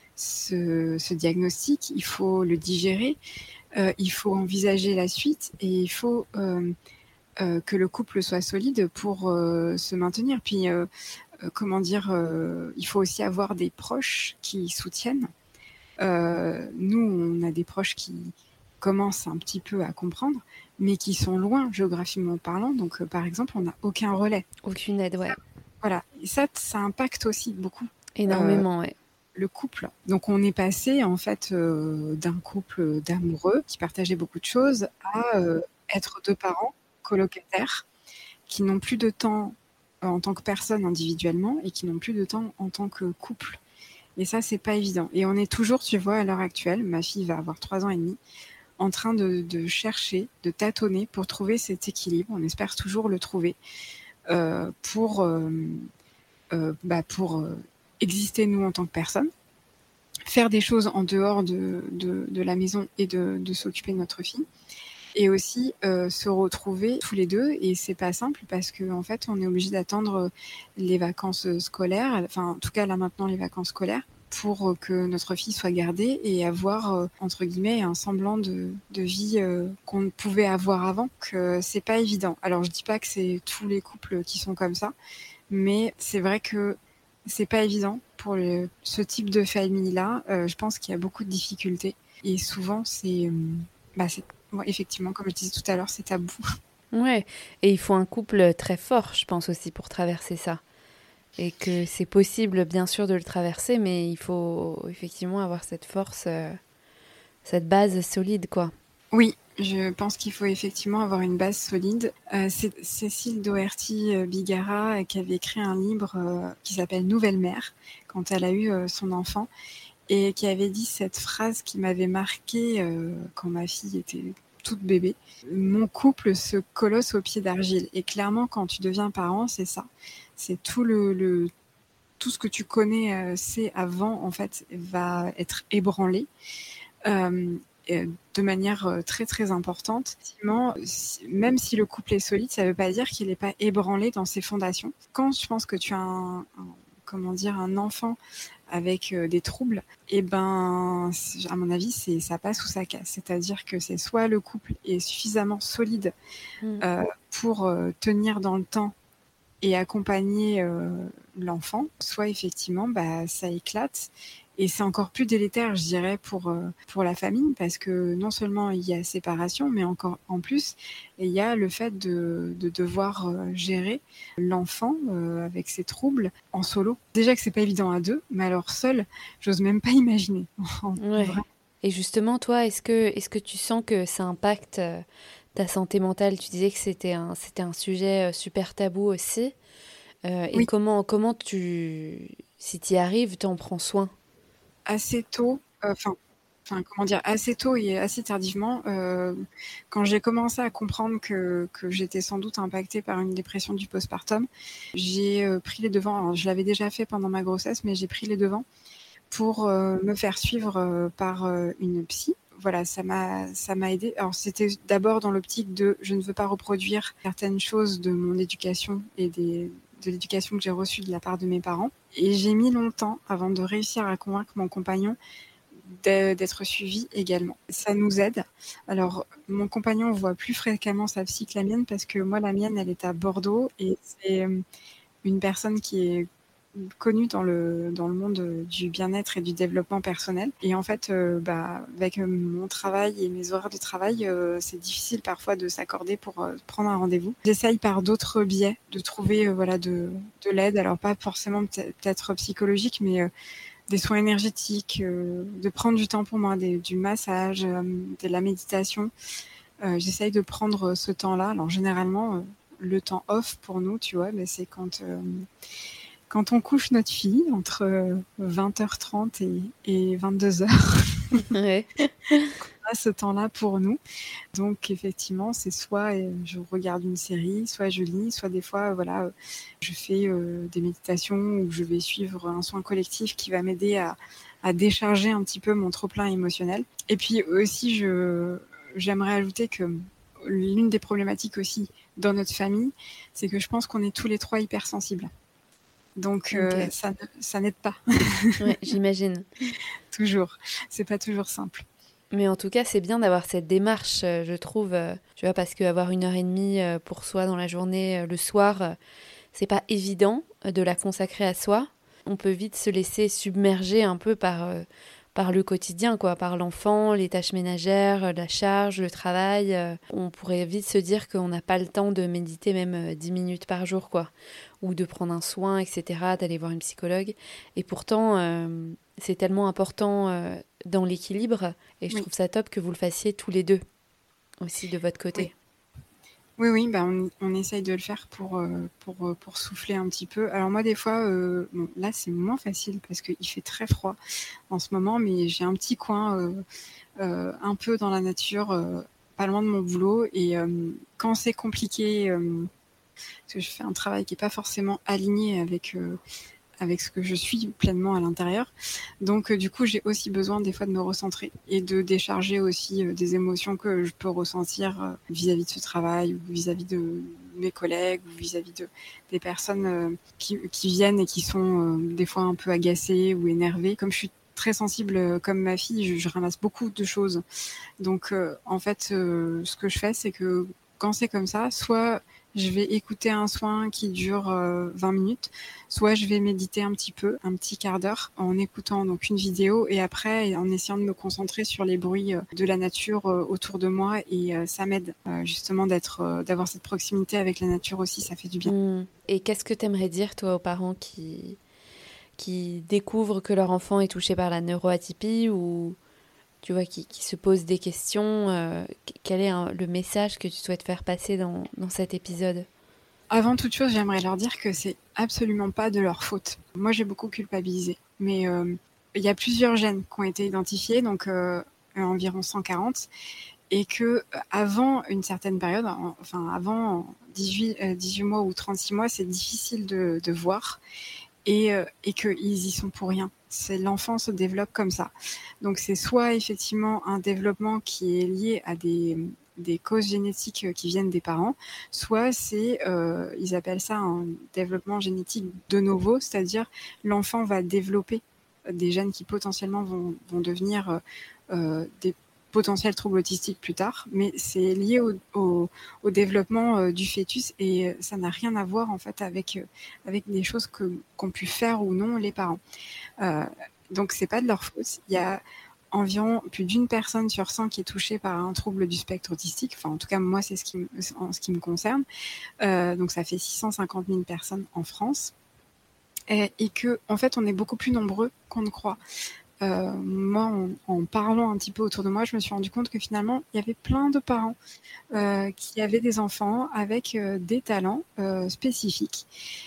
ce ce diagnostic, il faut le digérer, heu, il faut envisager la suite et il faut, hem, heu, que le couple soit solide pour, heu, se maintenir». Puis, heu heu, comment dire? Heu, il faut aussi avoir des proches qui soutiennent. Heu, nous, on a des proches qui commencent un petit peu à comprendre, mais qui sont loin géographiquement parlant. Donc, heu, par exemple, on n'a aucun relais. Aucune aide, Ça ouais. voilà et ça ça impacte aussi beaucoup, heu, Énormément, ouais. le couple. Donc on est passé en fait, heu, d'un couple, d'amoureux qui partageaient beaucoup de choses à, heu, être deux parents colocataires qui n'ont plus de temps, heu, en tant que personne individuellement et qui n'ont plus de temps en tant que couple. Et ça, c'est pas évident et on est toujours, tu vois, à l'heure actuelle, ma fille va avoir trois ans et demi, en train de de chercher, de tâtonner pour trouver cet équilibre. On espère toujours le trouver, heu, pour, hem, heu, bah, pour, heu, exister nous en tant que personne, faire des choses en dehors de de de la maison et de de s'occuper de notre fille et aussi, heu, se retrouver tous les deux et c'est pas simple parce qu'en fait, on est obligés d'attendre, heu, les vacances, heu, scolaires, enfin, en tout cas, là, maintenant, les vacances scolaires pour que notre fille soit gardée et avoir, euh, entre guillemets, un semblant de, de vie euh, qu'on ne pouvait avoir avant, que c'est pas évident. Alors je dis pas que c'est tous les couples qui sont comme ça, mais c'est vrai que c'est pas évident pour le, ce type de famille-là. Euh, je pense qu'il y a beaucoup de difficultés et souvent c'est, euh, bah c'est ouais, effectivement, comme je disais tout à l'heure, c'est tabou. Ouais, et il faut un couple très fort, je pense aussi, pour traverser ça. Et que c'est possible, bien sûr, de le traverser, mais il faut effectivement avoir cette force, euh, cette base solide, quoi. Oui, je pense qu'il faut effectivement avoir une base solide. Euh, c'est Cécile Doherty-Bigara qui avait écrit un livre euh, qui s'appelle Nouvelle mère, quand elle a eu euh, son enfant, et qui avait dit cette phrase qui m'avait marquée euh, quand ma fille était toute bébé. Mon couple se colosse au pied d'argile. Et clairement, quand tu deviens parent, c'est ça. C'est tout le, le tout ce que tu connais, euh, c'est avant, en fait, va être ébranlé. Euh, de manière très très importante. Même si le couple est solide, ça ne veut pas dire qu'il n'est pas ébranlé dans ses fondations. Quand je pense que tu as un, un comment dire, un enfant avec euh, des troubles, et ben, à mon avis, c'est ça passe ou ça casse. C'est-à-dire que c'est soit le couple est suffisamment solide mmh. euh, pour euh, tenir dans le temps et accompagner euh, l'enfant, soit effectivement, bah, ça éclate. Et c'est encore plus délétère, je dirais, pour, euh, pour la famille, parce que non seulement il y a séparation, mais encore en plus, il y a le fait de, de devoir euh, gérer l'enfant euh, avec ses troubles en solo. Déjà que c'est pas évident à deux, mais alors seul, j'ose même pas imaginer. Ouais. Et justement, toi, est-ce que, est-ce que tu sens que ça impacte euh, ta santé mentale? Tu disais que c'était un, c'était un sujet super tabou aussi. Euh, et oui. comment, comment tu, si tu y arrives, tu en prends soin? Assez tôt, enfin, euh, enfin comment dire, assez tôt et assez tardivement, euh, quand j'ai commencé à comprendre que, que j'étais sans doute impactée par une dépression du postpartum, j'ai euh, pris les devants. Alors, je l'avais déjà fait pendant ma grossesse, mais j'ai pris les devants pour euh, me faire suivre euh, par euh, une psy. Voilà, ça m'a ça m'a aidée. Alors c'était d'abord dans l'optique de je ne veux pas reproduire certaines choses de mon éducation et des de l'éducation que j'ai reçue de la part de mes parents. Et j'ai mis longtemps avant de réussir à convaincre mon compagnon d'être suivi également. Ça nous aide. Alors, mon compagnon voit plus fréquemment sa psy que la mienne parce que moi, la mienne, elle est à Bordeaux et c'est une personne qui est connue dans le, dans le monde du bien-être et du développement personnel. Et en fait, euh, bah, avec mon travail et mes horaires de travail, euh, c'est difficile parfois de s'accorder pour euh, prendre un rendez-vous. J'essaye par d'autres biais de trouver euh, voilà, de, de l'aide. Alors pas forcément peut-être psychologique, mais euh, des soins énergétiques, euh, de prendre du temps pour moi, des, du massage, euh, de la méditation. Euh, j'essaye de prendre ce temps-là. Alors généralement, euh, le temps off pour nous, tu vois, mais c'est quand... Euh, Quand on couche notre fille, entre vingt heures trente et, et vingt-deux heures, ouais. on a ce temps-là pour nous. Donc effectivement, c'est soit je regarde une série, soit je lis, soit des fois, voilà, je fais euh, des méditations ou je vais suivre un soin collectif qui va m'aider à, à décharger un petit peu mon trop-plein émotionnel. Et puis aussi, je, j'aimerais ajouter que l'une des problématiques aussi dans notre famille, c'est que je pense qu'on est tous les trois hypersensibles. Donc, okay. euh, ça, ça n'aide pas. Ouais, j'imagine. Toujours. C'est pas toujours simple. Mais en tout cas, c'est bien d'avoir cette démarche, je trouve. Tu vois, parce qu'avoir une heure et demie pour soi dans la journée, le soir, c'est pas évident de la consacrer à soi. On peut vite se laisser submerger un peu par, par le quotidien, quoi, par l'enfant, les tâches ménagères, la charge, le travail. On pourrait vite se dire qu'on n'a pas le temps de méditer même dix minutes par jour, quoi, ou de prendre un soin, et cetera, d'aller voir une psychologue. Et pourtant, euh, c'est tellement important euh, dans l'équilibre, et je oui. trouve ça top que vous le fassiez tous les deux, aussi de votre côté. Oui. Oui, oui, bah on, on essaye de le faire pour, euh, pour, pour souffler un petit peu. Alors moi, des fois, euh, bon, là, c'est moins facile parce qu'il fait très froid en ce moment, mais j'ai un petit coin euh, euh, un peu dans la nature, euh, pas loin de mon boulot. Et euh, quand c'est compliqué, euh, parce que je fais un travail qui n'est pas forcément aligné avec, euh, avec ce que je suis pleinement à l'intérieur. Donc, euh, du coup, j'ai aussi besoin des fois de me recentrer et de décharger aussi euh, des émotions que je peux ressentir euh, vis-à-vis de ce travail ou vis-à-vis de mes collègues ou vis-à-vis de, des personnes euh, qui, qui viennent et qui sont euh, des fois un peu agacées ou énervées. Comme je suis très sensible euh, comme ma fille, je, je ramasse beaucoup de choses. Donc, euh, en fait, euh, ce que je fais, c'est que quand c'est comme ça, soit je vais écouter un soin qui dure euh, vingt minutes, soit je vais méditer un petit peu, un petit quart d'heure, en écoutant donc une vidéo et après en essayant de me concentrer sur les bruits euh, de la nature euh, autour de moi et euh, ça m'aide euh, justement d'être, euh, d'avoir cette proximité avec la nature aussi, ça fait du bien. Mmh. Et qu'est-ce que t'aimerais dire, toi, aux parents qui, qui découvrent que leur enfant est touché par la neuroatypie ou, tu vois, qui, qui se posent des questions euh, quel est hein, le message que tu souhaites faire passer dans, dans cet épisode? Avant toute chose, j'aimerais leur dire que c'est absolument pas de leur faute. Moi, j'ai beaucoup culpabilisé, mais euh, il y a plusieurs gènes qui ont été identifiés, donc euh, environ cent quarante, et que euh, avant une certaine période, enfin avant dix-huit, euh, dix-huit mois ou trente-six mois, c'est difficile de, de voir et, euh, et qu'ils y sont pour rien. C'est, l'enfant se développe comme ça. Donc c'est soit effectivement un développement qui est lié à des, des causes génétiques qui viennent des parents, soit c'est, euh, ils appellent ça un développement génétique de novo, c'est-à-dire l'enfant va développer des gènes qui potentiellement vont, vont devenir euh, des potentiels troubles autistiques plus tard, mais c'est lié au, au, au développement euh, du fœtus et ça n'a rien à voir en fait avec, euh, avec des choses que, qu'ont pu faire ou non les parents. Euh, donc c'est pas de leur faute. Il y a environ plus d'une personne sur cent qui est touchée par un trouble du spectre autistique. Enfin, en tout cas, moi, c'est ce qui me, en ce qui me concerne. Euh, donc ça fait six cent cinquante mille personnes en France. Et, et que, en fait, on est beaucoup plus nombreux qu'on ne croit. Euh, moi, en, en parlant un petit peu autour de moi, je me suis rendu compte que finalement, il y avait plein de parents euh, qui avaient des enfants avec euh, des talents euh, spécifiques,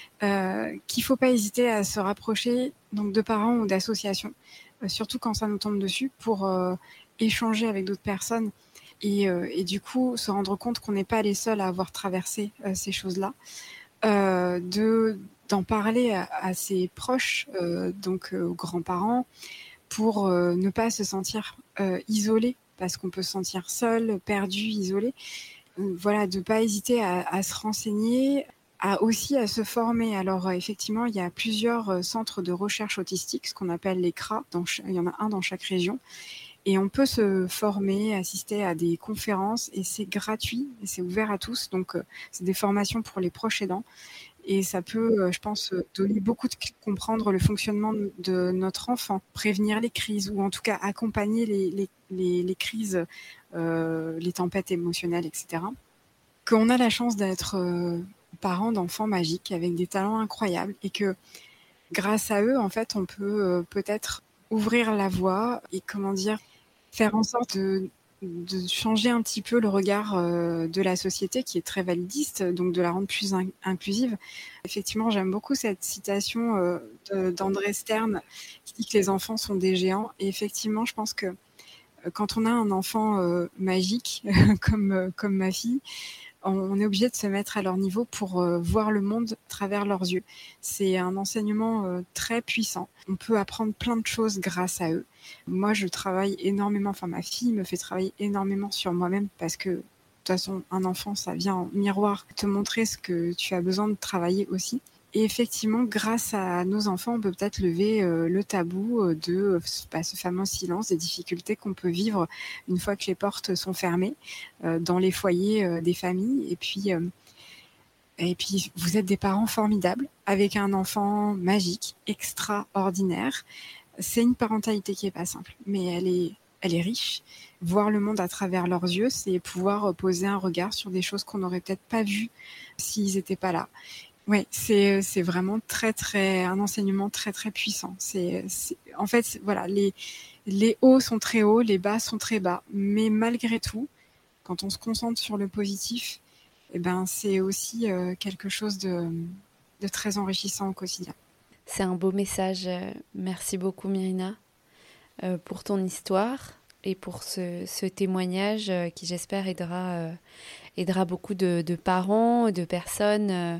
euh, qu'il ne faut pas hésiter à se rapprocher donc, de parents ou d'associations, euh, surtout quand ça nous tombe dessus, pour euh, échanger avec d'autres personnes et, euh, et du coup se rendre compte qu'on n'est pas les seuls à avoir traversé euh, ces choses-là. Euh, de, d'en parler à, à ses proches, euh, donc euh, aux grands-parents, pour euh, ne pas se sentir euh, isolé, parce qu'on peut se sentir seul, perdu, isolé. Euh, voilà, de ne pas hésiter à, à se renseigner, à aussi à se former. Alors euh, effectivement, il y a plusieurs euh, centres de recherche autistique, ce qu'on appelle les C R A, dans ch- il y en a un dans chaque région. Et on peut se former, assister à des conférences, et c'est gratuit, et c'est ouvert à tous. Donc, euh, c'est des formations pour les proches aidants. Et ça peut, je pense, donner beaucoup de comprendre le fonctionnement de notre enfant, prévenir les crises ou en tout cas accompagner les, les, les, les crises, euh, les tempêtes émotionnelles, et cetera. Qu'on a la chance d'être euh, parents d'enfants magiques avec des talents incroyables et que grâce à eux, en fait, on peut euh, peut-être ouvrir la voie et comment dire, faire en sorte de de changer un petit peu le regard euh, de la société qui est très validiste, donc de la rendre plus in- inclusive. Effectivement, j'aime beaucoup cette citation euh, de, d'André Stern qui dit que les enfants sont des géants. Et effectivement, je pense que euh, quand on a un enfant euh, magique comme, euh, comme ma fille, on est obligé de se mettre à leur niveau pour euh, voir le monde à travers leurs yeux. C'est un enseignement euh, très puissant. On peut apprendre plein de choses grâce à eux. Moi, je travaille énormément, enfin ma fille me fait travailler énormément sur moi-même parce que de toute façon, un enfant, ça vient en miroir te montrer ce que tu as besoin de travailler aussi. Et effectivement, grâce à nos enfants, on peut peut-être lever euh, le tabou euh, de euh, bah, ce fameux silence, des difficultés qu'on peut vivre une fois que les portes sont fermées euh, dans les foyers euh, des familles. Et puis, euh, et puis, vous êtes des parents formidables avec un enfant magique, extraordinaire. C'est une parentalité qui est pas simple, mais elle est, elle est riche. Voir le monde à travers leurs yeux, c'est pouvoir poser un regard sur des choses qu'on n'aurait peut-être pas vues s'ils n'étaient pas là. Oui, c'est, c'est vraiment très, très, un enseignement très, très puissant. C'est, c'est, en fait, voilà, les, les hauts sont très hauts, les bas sont très bas. Mais malgré tout, quand on se concentre sur le positif, eh ben, c'est aussi euh, quelque chose de, de très enrichissant au quotidien. C'est un beau message. Merci beaucoup, Myrina, euh, pour ton histoire et pour ce, ce témoignage euh, qui, j'espère, aidera, euh, aidera beaucoup de, de parents, de personnes euh,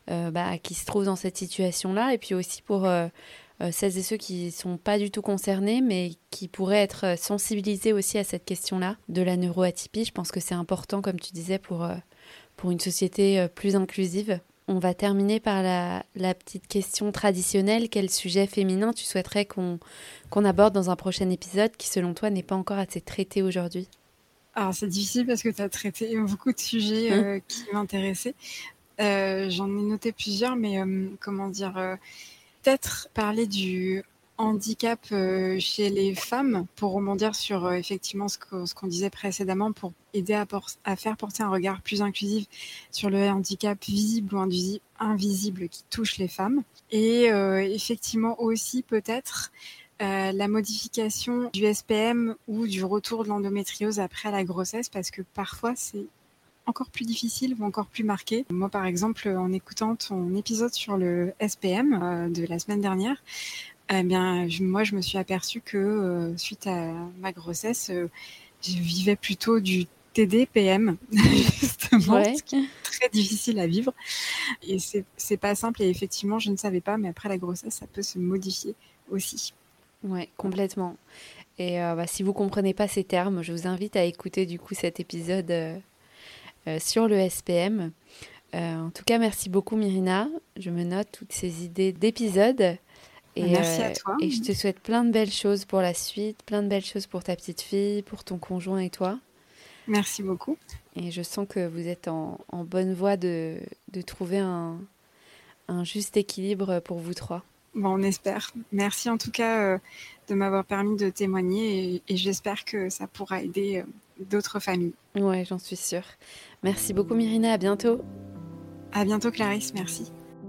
euh, bah, qui se trouvent dans cette situation-là, et puis aussi pour euh, euh, celles et ceux qui ne sont pas du tout concernés, mais qui pourraient être sensibilisés aussi à cette question-là de la neuroatypie. Je pense que c'est important, comme tu disais, pour, euh, pour une société euh, plus inclusive. On va terminer par la, la petite question traditionnelle. Quel sujet féminin tu souhaiterais qu'on, qu'on aborde dans un prochain épisode qui, selon toi, n'est pas encore assez traité aujourd'hui ? Alors, c'est difficile parce que tu as traité beaucoup de sujets euh, qui m'intéressaient. Euh, j'en ai noté plusieurs, mais euh, comment dire euh, peut-être parler du handicap euh, chez les femmes pour rebondir sur euh, effectivement ce, que, ce qu'on disait précédemment, pour aider à, por- à faire porter un regard plus inclusif sur le handicap visible ou invisi- invisible qui touche les femmes. Et euh, effectivement aussi peut-être euh, la modification du S P M ou du retour de l'endométriose après la grossesse, parce que parfois c'est encore plus difficile ou encore plus marqué. Moi, par exemple, en écoutant ton épisode sur le S P M euh, de la semaine dernière, eh bien, je, moi, je me suis aperçue que euh, suite à ma grossesse, euh, je vivais plutôt du T D P M, justement, Ouais. ce qui est très difficile à vivre. Et c'est, c'est pas simple, et effectivement, je ne savais pas, mais après la grossesse, ça peut se modifier aussi. Ouais, complètement. Et euh, bah, si vous comprenez pas ces termes, je vous invite à écouter du coup cet épisode euh, euh, sur le S P M. Euh, en tout cas, merci beaucoup Myrina. Je me note toutes ces idées d'épisodes. Et, Merci euh, à toi. Et je te souhaite plein de belles choses pour la suite, plein de belles choses pour ta petite fille, pour ton conjoint et toi. Merci beaucoup. Et je sens que vous êtes en, en bonne voie de, de trouver un, un juste équilibre pour vous trois. Bon, on espère. Merci en tout cas euh, de m'avoir permis de témoigner, et, et j'espère que ça pourra aider euh, d'autres familles. Ouais, j'en suis sûre. Merci beaucoup Myrina, à bientôt. À bientôt Clarisse, merci.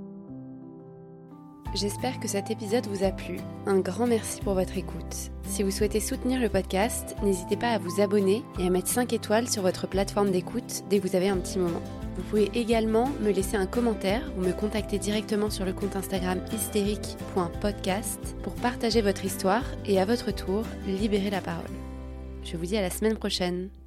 J'espère que cet épisode vous a plu. Un grand merci pour votre écoute. Si vous souhaitez soutenir le podcast, n'hésitez pas à vous abonner et à mettre cinq étoiles sur votre plateforme d'écoute dès que vous avez un petit moment. Vous pouvez également me laisser un commentaire ou me contacter directement sur le compte Instagram hystérique point podcast pour partager votre histoire et à votre tour, libérer la parole. Je vous dis à la semaine prochaine.